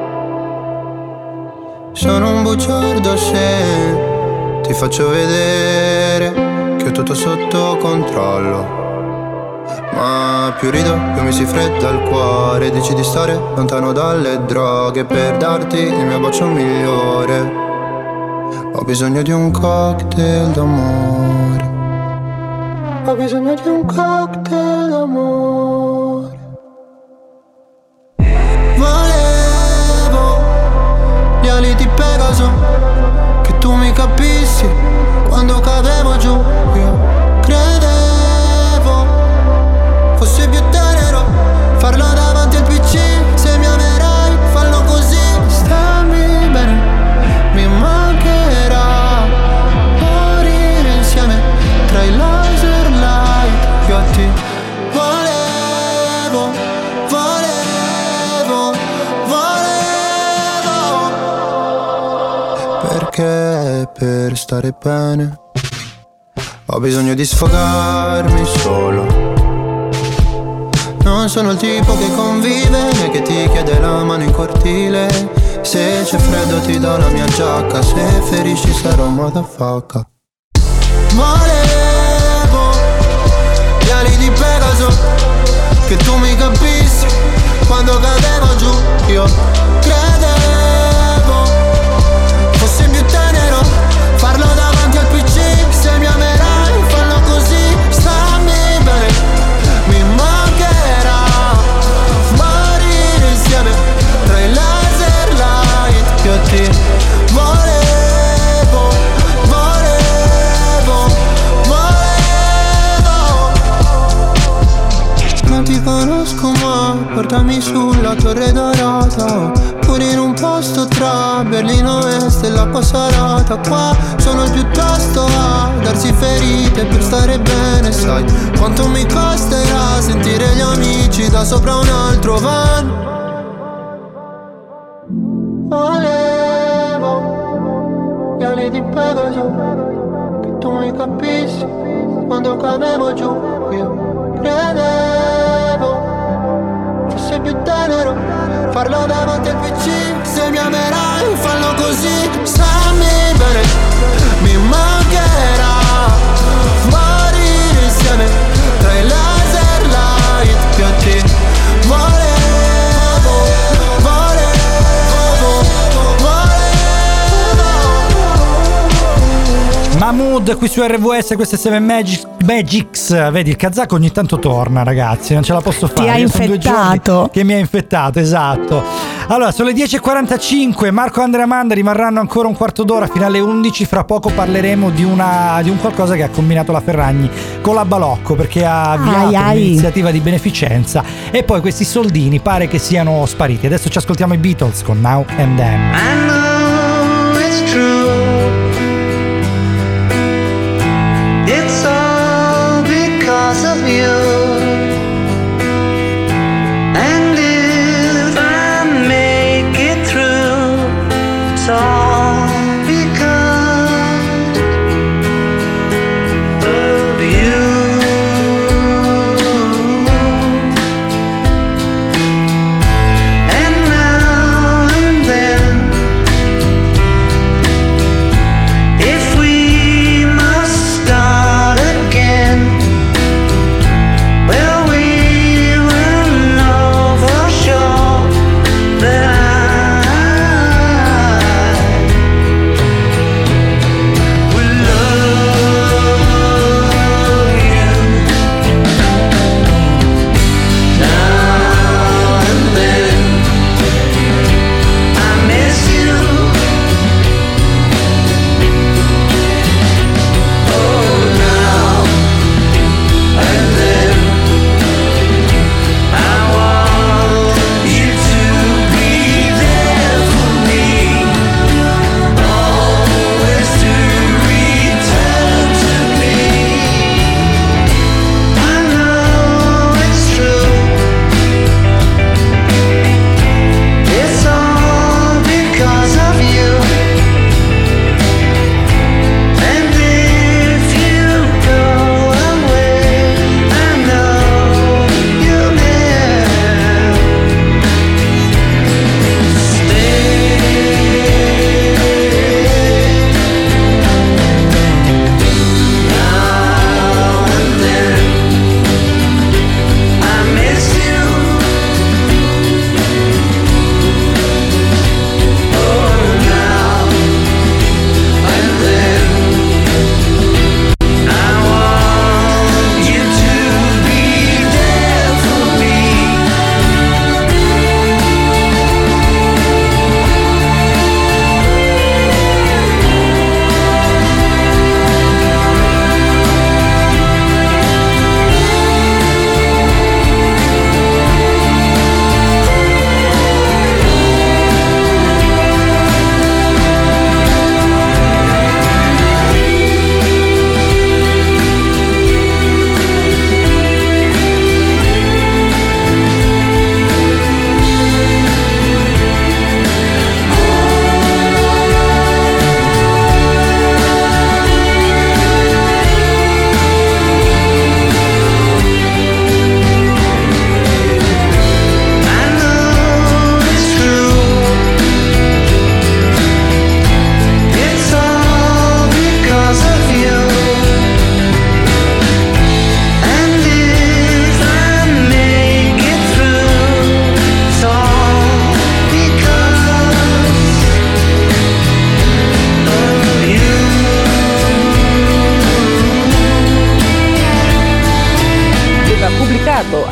Sono un bugiardo se ti faccio vedere che ho tutto sotto controllo. Ma più rido, più mi si fredda il cuore. Dici di stare lontano dalle droghe per darti il mio bacio migliore. Ho bisogno di un cocktail d'amore. Ho bisogno di un cocktail d'amore. Volevo gli ali di Pegaso, che tu mi capissi quando cadevo giù. Io credevo fosse più tenero farlo davanti al PC. Se mi amerai, fallo così. Stammi bene, mi mancherà morire insieme tra i laser light. Io a te volevo, perché per stare bene ho bisogno di sfogarmi solo. Non sono il tipo che convive né che ti chiede la mano in cortile. Se c'è freddo ti do la mia giacca, se ferisci sarò motherfucker. Volevo gli ali di Pegaso, che tu mi capissi quando cadevo giù. Io credevo fosse più tenero farlo davanti al PC. Se mi amerai, fallo così. Stammi bene, mi mancherà morire insieme tra i laser light. Io ti volevo, non ti conosco ma portami sulla Torre Dorata, pure in un posto tra Berlino Est e la Passarata. Qua sono piuttosto a darsi ferite per stare bene. Sai quanto mi costerà sentire gli amici da sopra un altro van. Volevo gli ali di Pegaso, che tu mi capissi quando cadevo giù. Io credevo fosse più tenero farlo davanti al PC. Se mi amerai, fallo così. Stammi bene, mi mancherà morire insieme tra i laser light. Io ti Mahmood qui su RVS, queste 7 Magics. Vedi, il kazako ogni tanto torna, ragazzi, non ce la posso fare. Ti ha infettato. Che mi ha infettato, esatto. Allora, sono le 10.45, Marco, Andrea e Amanda rimarranno ancora un quarto d'ora fino alle 11. Fra poco parleremo di un qualcosa che ha combinato la Ferragni con la Balocco, perché ha avviato un'iniziativa di beneficenza e poi questi soldini pare che siano spariti. Adesso ci ascoltiamo i Beatles con Now and Then. I know it's true. It's all because of you. And if I make it through, it's all because of you. And now and then, if we must start again, well,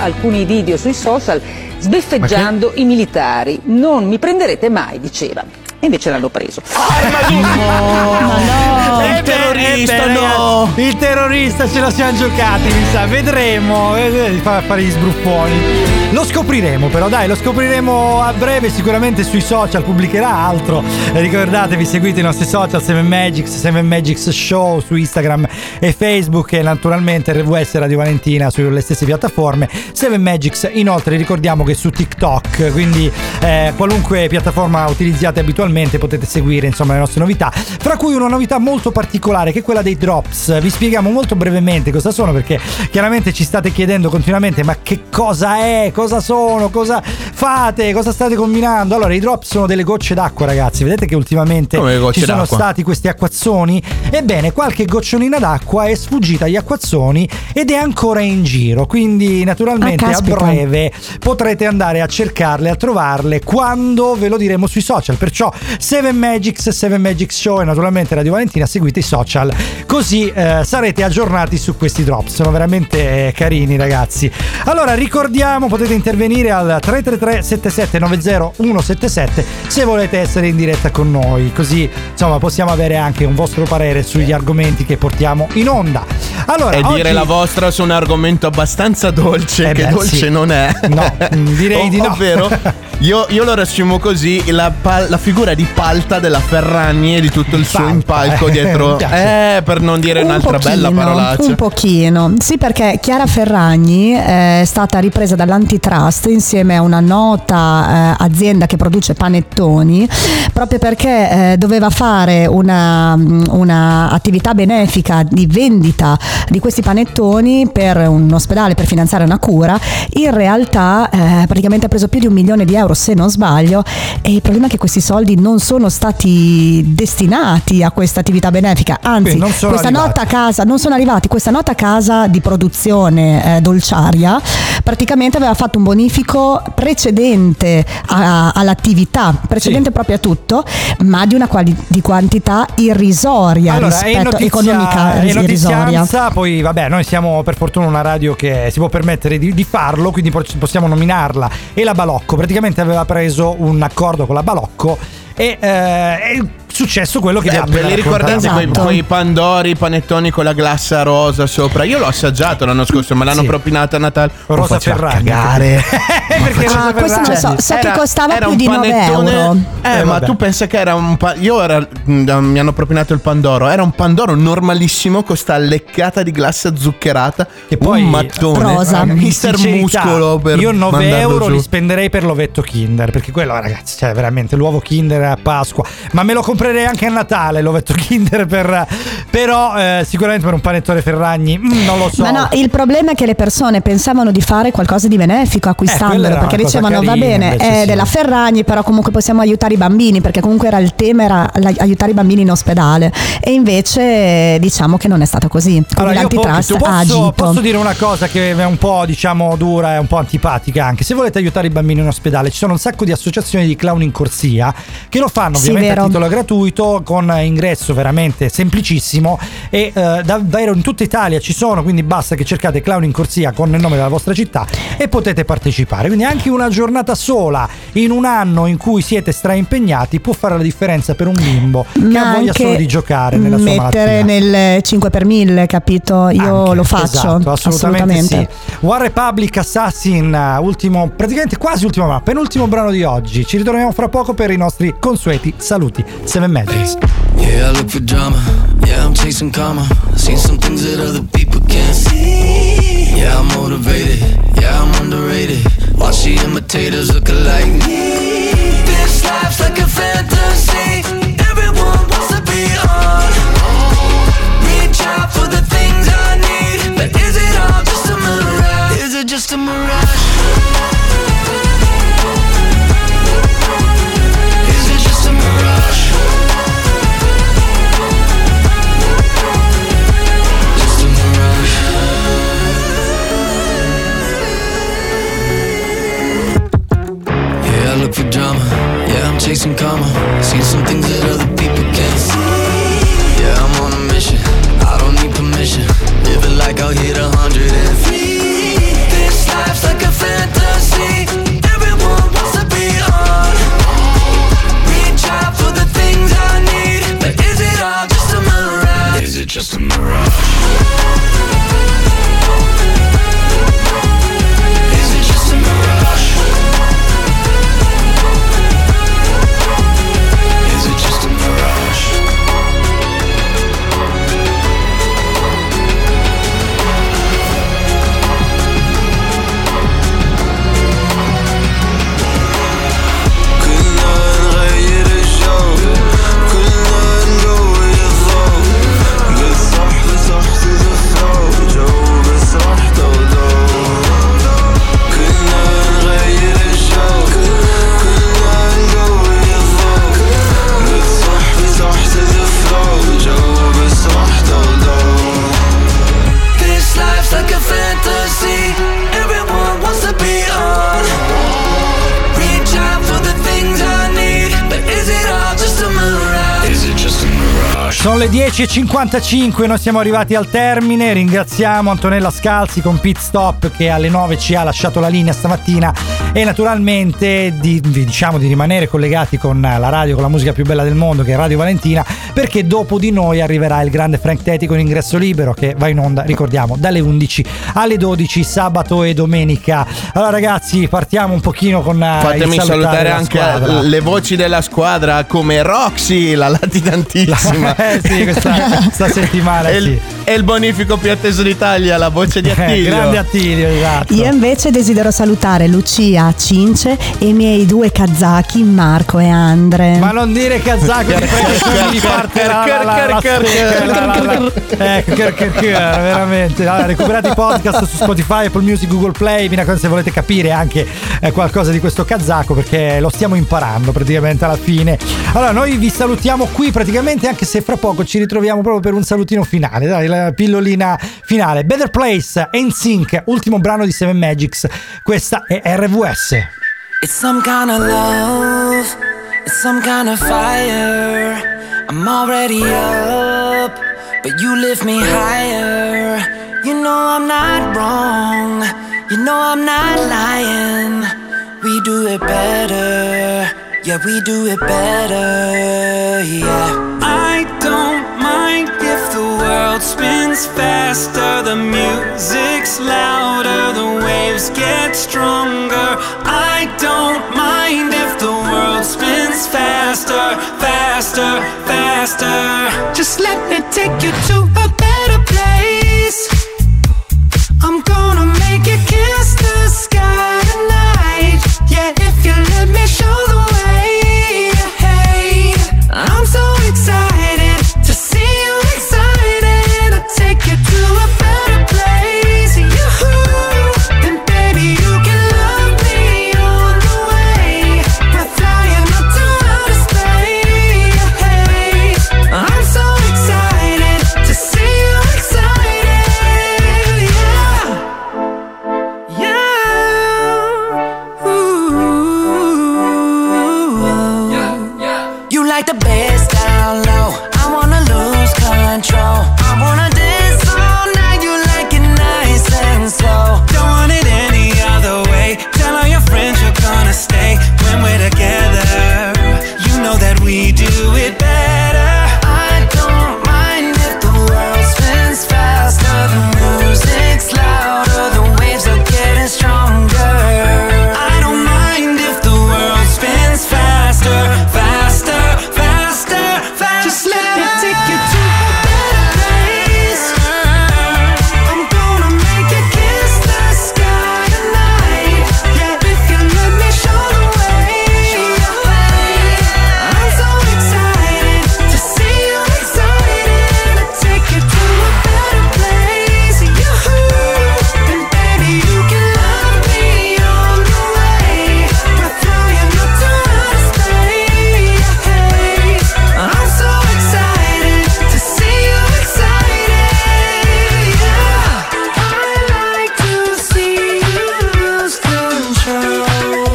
alcuni video sui social sbeffeggiando i militari. Non mi prenderete mai, diceva. E invece l'hanno preso. Il terrorista, no! Il terrorista ce la siamo giocati, mi sa. Vedremo. Fare gli sbruffoni. Lo scopriremo, però, dai, lo scopriremo a breve. Sicuramente sui social pubblicherà altro. Ricordatevi, seguite i nostri social, 7Magics Show su Instagram e Facebook, e naturalmente RVS Radio Valentina sulle stesse piattaforme. 7Magics, inoltre, ricordiamo che su TikTok, quindi qualunque piattaforma utilizziate abitualmente, potete seguire insomma le nostre novità, fra cui una novità molto particolare che è quella dei drops. Vi spieghiamo molto brevemente cosa sono, perché chiaramente ci state chiedendo continuamente: ma che cosa è? Cosa sono? Cosa fate? Cosa state combinando? Allora, i drops sono delle gocce d'acqua, ragazzi. Vedete che ultimamente ci sono stati questi acquazzoni? Ebbene, qualche gocciolina d'acqua è sfuggita agli acquazzoni ed è ancora in giro, quindi naturalmente a breve potrete andare a cercarle, a trovarle, quando ve lo diremo sui social. Perciò 7Magics Show e naturalmente Radio Valentina, seguite i social, così sarete aggiornati su questi drop. Sono veramente carini, ragazzi. Allora, ricordiamo, potete intervenire al 333 7790 177 se volete essere in diretta con noi, così insomma possiamo avere anche un vostro parere sugli argomenti che portiamo in onda. Allora, e dire la vostra su un argomento abbastanza dolce, che dolce sì. Non è. No, direi di no. Ovvero, io lo riassumo così: la figura di Palta della Ferragni e di tutto il suo impalco dietro, per non dire un'altra bella parolaccia. Un pochino, sì, perché Chiara Ferragni è stata ripresa dall'antitrust insieme a una nota azienda che produce panettoni, proprio perché doveva fare una attività benefica di vendita di questi panettoni per un ospedale, per finanziare una cura. In realtà praticamente ha preso più di €1 milione, se non sbaglio, e il problema è che questi soldi non sono stati destinati a questa attività benefica, anzi questa nota a casa di produzione dolciaria praticamente aveva fatto un bonifico precedente all'attività, precedente proprio a tutto, ma di una quantità irrisoria, rispetto economica irrisoria. Poi vabbè, noi siamo per fortuna una radio che si può permettere di farlo, quindi possiamo nominarla. E la Balocco praticamente aveva preso un accordo con la Balocco e è successo quello che vi li ricordate quei pandori, i panettoni con la glassa rosa sopra? Io l'ho assaggiato l'anno scorso, me l'hanno propinato a Natale. Rosa Ferragni. Perché questo non so che costava più di €9. Ma tu pensa che era mi hanno propinato il pandoro, era un pandoro normalissimo con sta leccata di glassa zuccherata, che poi un mattone rosa, mister muscolo. Io €9 li spenderei per l'ovetto Kinder, perché quello, ragazzi, cioè veramente l'uovo Kinder a Pasqua, ma me lo comprerei anche a Natale l'ovetto Kinder, però sicuramente per un panettone Ferragni non lo so. Ma no, il problema è che le persone pensavano di fare qualcosa di benefico acquistandolo, perché dicevano carina, va bene, è della Ferragni, però comunque possiamo aiutare i bambini, perché comunque il tema era aiutare i bambini in ospedale, e invece diciamo che non è stato così. Allora, l'antitrust ha agito. Posso dire una cosa che è un po', diciamo, dura e un po' antipatica anche. Se volete aiutare i bambini in ospedale, ci sono un sacco di associazioni di clown in corsia che lo fanno ovviamente a titolo gratuito, con ingresso veramente semplicissimo, e davvero in tutta Italia ci sono, quindi basta che cercate clown in corsia con il nome della vostra città e potete partecipare. Quindi anche una giornata sola in un anno in cui siete straimpegnati può fare la differenza per un bimbo che ha voglia solo di giocare nella sua malattia. Mettere nel 5 per 1000, capito? Io anche, lo faccio, esatto, assolutamente sì. One Republic Assassin, quasi ultimo, ma penultimo brano di oggi. Ci ritorniamo fra poco per i nostri consueti saluti. 7Magics. Yeah, I look for drama. Yeah, I'm chasing karma. Seen some things that other people can't see. Yeah, I'm motivated. Yeah, I'm underrated. Watch the imitators look alike me. This life's like a fantasy. Everyone wants to be on. Reach out for the things I need. But is it all just a mirage? Is it just a mirage? For drama, yeah, I'm chasing karma. Seen some things that other people can't see. Yeah, I'm on a mission, I don't need permission. Living like I'll hit 103. This life's like Sono le 10:55, noi siamo arrivati al termine. Ringraziamo Antonella Scalzi con Pit Stop che alle 9 ci ha lasciato la linea stamattina, e naturalmente diciamo di rimanere collegati con la radio, con la musica più bella del mondo, che è Radio Valentina, perché dopo di noi arriverà il grande Frank Teti con Ingresso Libero, che va in onda, ricordiamo, dalle 11 alle 12 sabato e domenica. Allora ragazzi, partiamo un pochino con fatemi salutare anche le voci della squadra, come Roxy, la latitantissima. Sì, questa settimana sì. E il bonifico più atteso d'Italia, la voce di Attilio. Grande Attilio, esatto. Io invece desidero salutare Lucia, Cince e i miei due kazaki, Marco e Andre. Ma non dire kazaki, mi parte veramente. Allora, recuperate i podcast su Spotify, Apple Music, Google Play. Mi raccomando, se volete capire anche qualcosa di questo kazako, perché lo stiamo imparando praticamente alla fine. Allora, noi vi salutiamo qui praticamente, anche se fra poco ci ritroviamo proprio per un salutino finale, dai, la pillolina finale. Better Place, NSYNC, ultimo brano di Seven Magics. Questa è RVS. It's some kind of love, it's some kind of fire. I'm already up, but you lift me higher. You know I'm not wrong, you know I'm not lying. We do it better, yeah, we do it better, yeah. I don't mind if the world spins faster, the music's louder, the waves get stronger. I don't mind if the world spins faster, faster, faster. Just let me take you to a better place. I'm gonna make you kiss the sky tonight. Yeah, if you let me show the way. Hey, I'm so excited to see you excited. I'll take you to a better place. And baby, you can love me on the way. We're flying up to outer space. Hey, I'm so excited to see you excited. Yeah, yeah. Ooh. You like the bass down low, I wanna lose control. I wanna dance all night, you like it nice and slow. Don't want it any other way. Tell all your friends you're gonna stay when we're together. You know that we do it better. I don't mind if the world spins faster, the music's louder, the waves are getting stronger. I don't mind if the world spins faster, faster, faster, faster. Just let me take you to a better place. I'm gonna make you kiss the sky tonight. Yeah, if you let me show the way. I'm so excited to see you excited. I'll take you to a better place. And baby, you can love me on the way. We're flying up to outer space. I'm so excited to see you excited. Yeah, I like to see you lose control.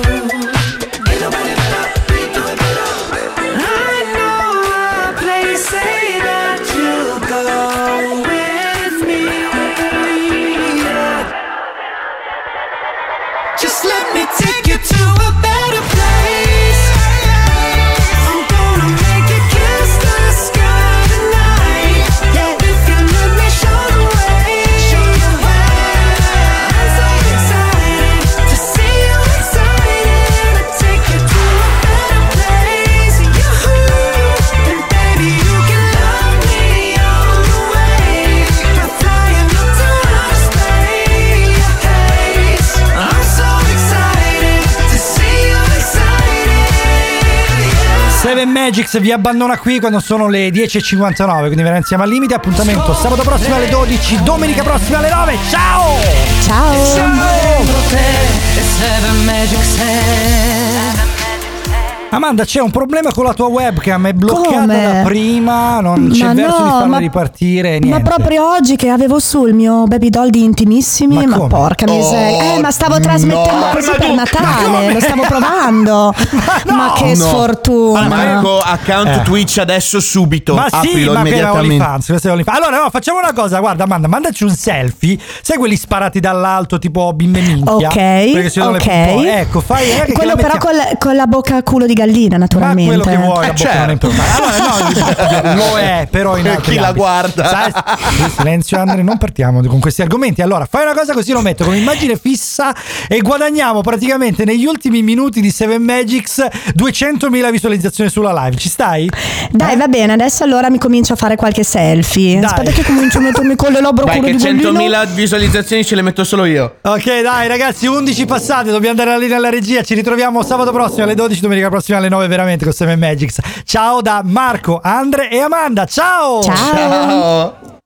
I know a place, say that you'll go with me. Just let me take you to a better place. I'm gonna make you kiss the sky tonight. Yeah, if you let me show the way. I'm so excited to see you excited. I'll take you to a better place. And baby, you can love me on the way. We're flying up to outer space. I'm so excited to see you excited. Yeah. Seven Magics vi abbandona qui quando sono le 10:59, quindi veramente siamo al limite. Appuntamento sabato prossimo alle 12, domenica prossima alle 9. Ciao! Ciao! Seven Magics. Amanda, c'è un problema con la tua webcam, è bloccata da prima, non c'è verso di farla ripartire, niente. Ma proprio oggi che avevo sul mio baby doll di Intimissimi, ma porca miseria. Ma stavo trasmettendo così per Natale, lo stavo provando. Ma che sfortuna. Marco, account Twitch adesso subito. Ma aprilo sì, immediatamente. Allora, no, facciamo una cosa, guarda Amanda, mandaci un selfie, sai quelli sparati dall'alto tipo binne minchia? Ok. Ecco, fai quello però con la bocca a culo di gallina, naturalmente. Ma quello che vuoi, la bocca non è importante. Allora, no, lo è, però in altri chi la guarda. Silenzio, Andre, non partiamo con questi argomenti. Allora, fai una cosa così, lo metto come immagine fissa e guadagniamo praticamente negli ultimi minuti di 7 Magics 200.000 visualizzazioni sulla live. Ci stai? Dai, va bene, adesso allora mi comincio a fare qualche selfie. Dai. Aspetta che comincio a mettermi con le labbra culo di gallina. 100.000 visualizzazioni ce le metto solo io. Ok, dai ragazzi, 11 passate, dobbiamo andare lì nella regia. Ci ritroviamo sabato prossimo alle 12, domenica prossima alle 9 veramente con 7 Magics. Ciao da Marco, Andre e Amanda. Ciao. Ciao.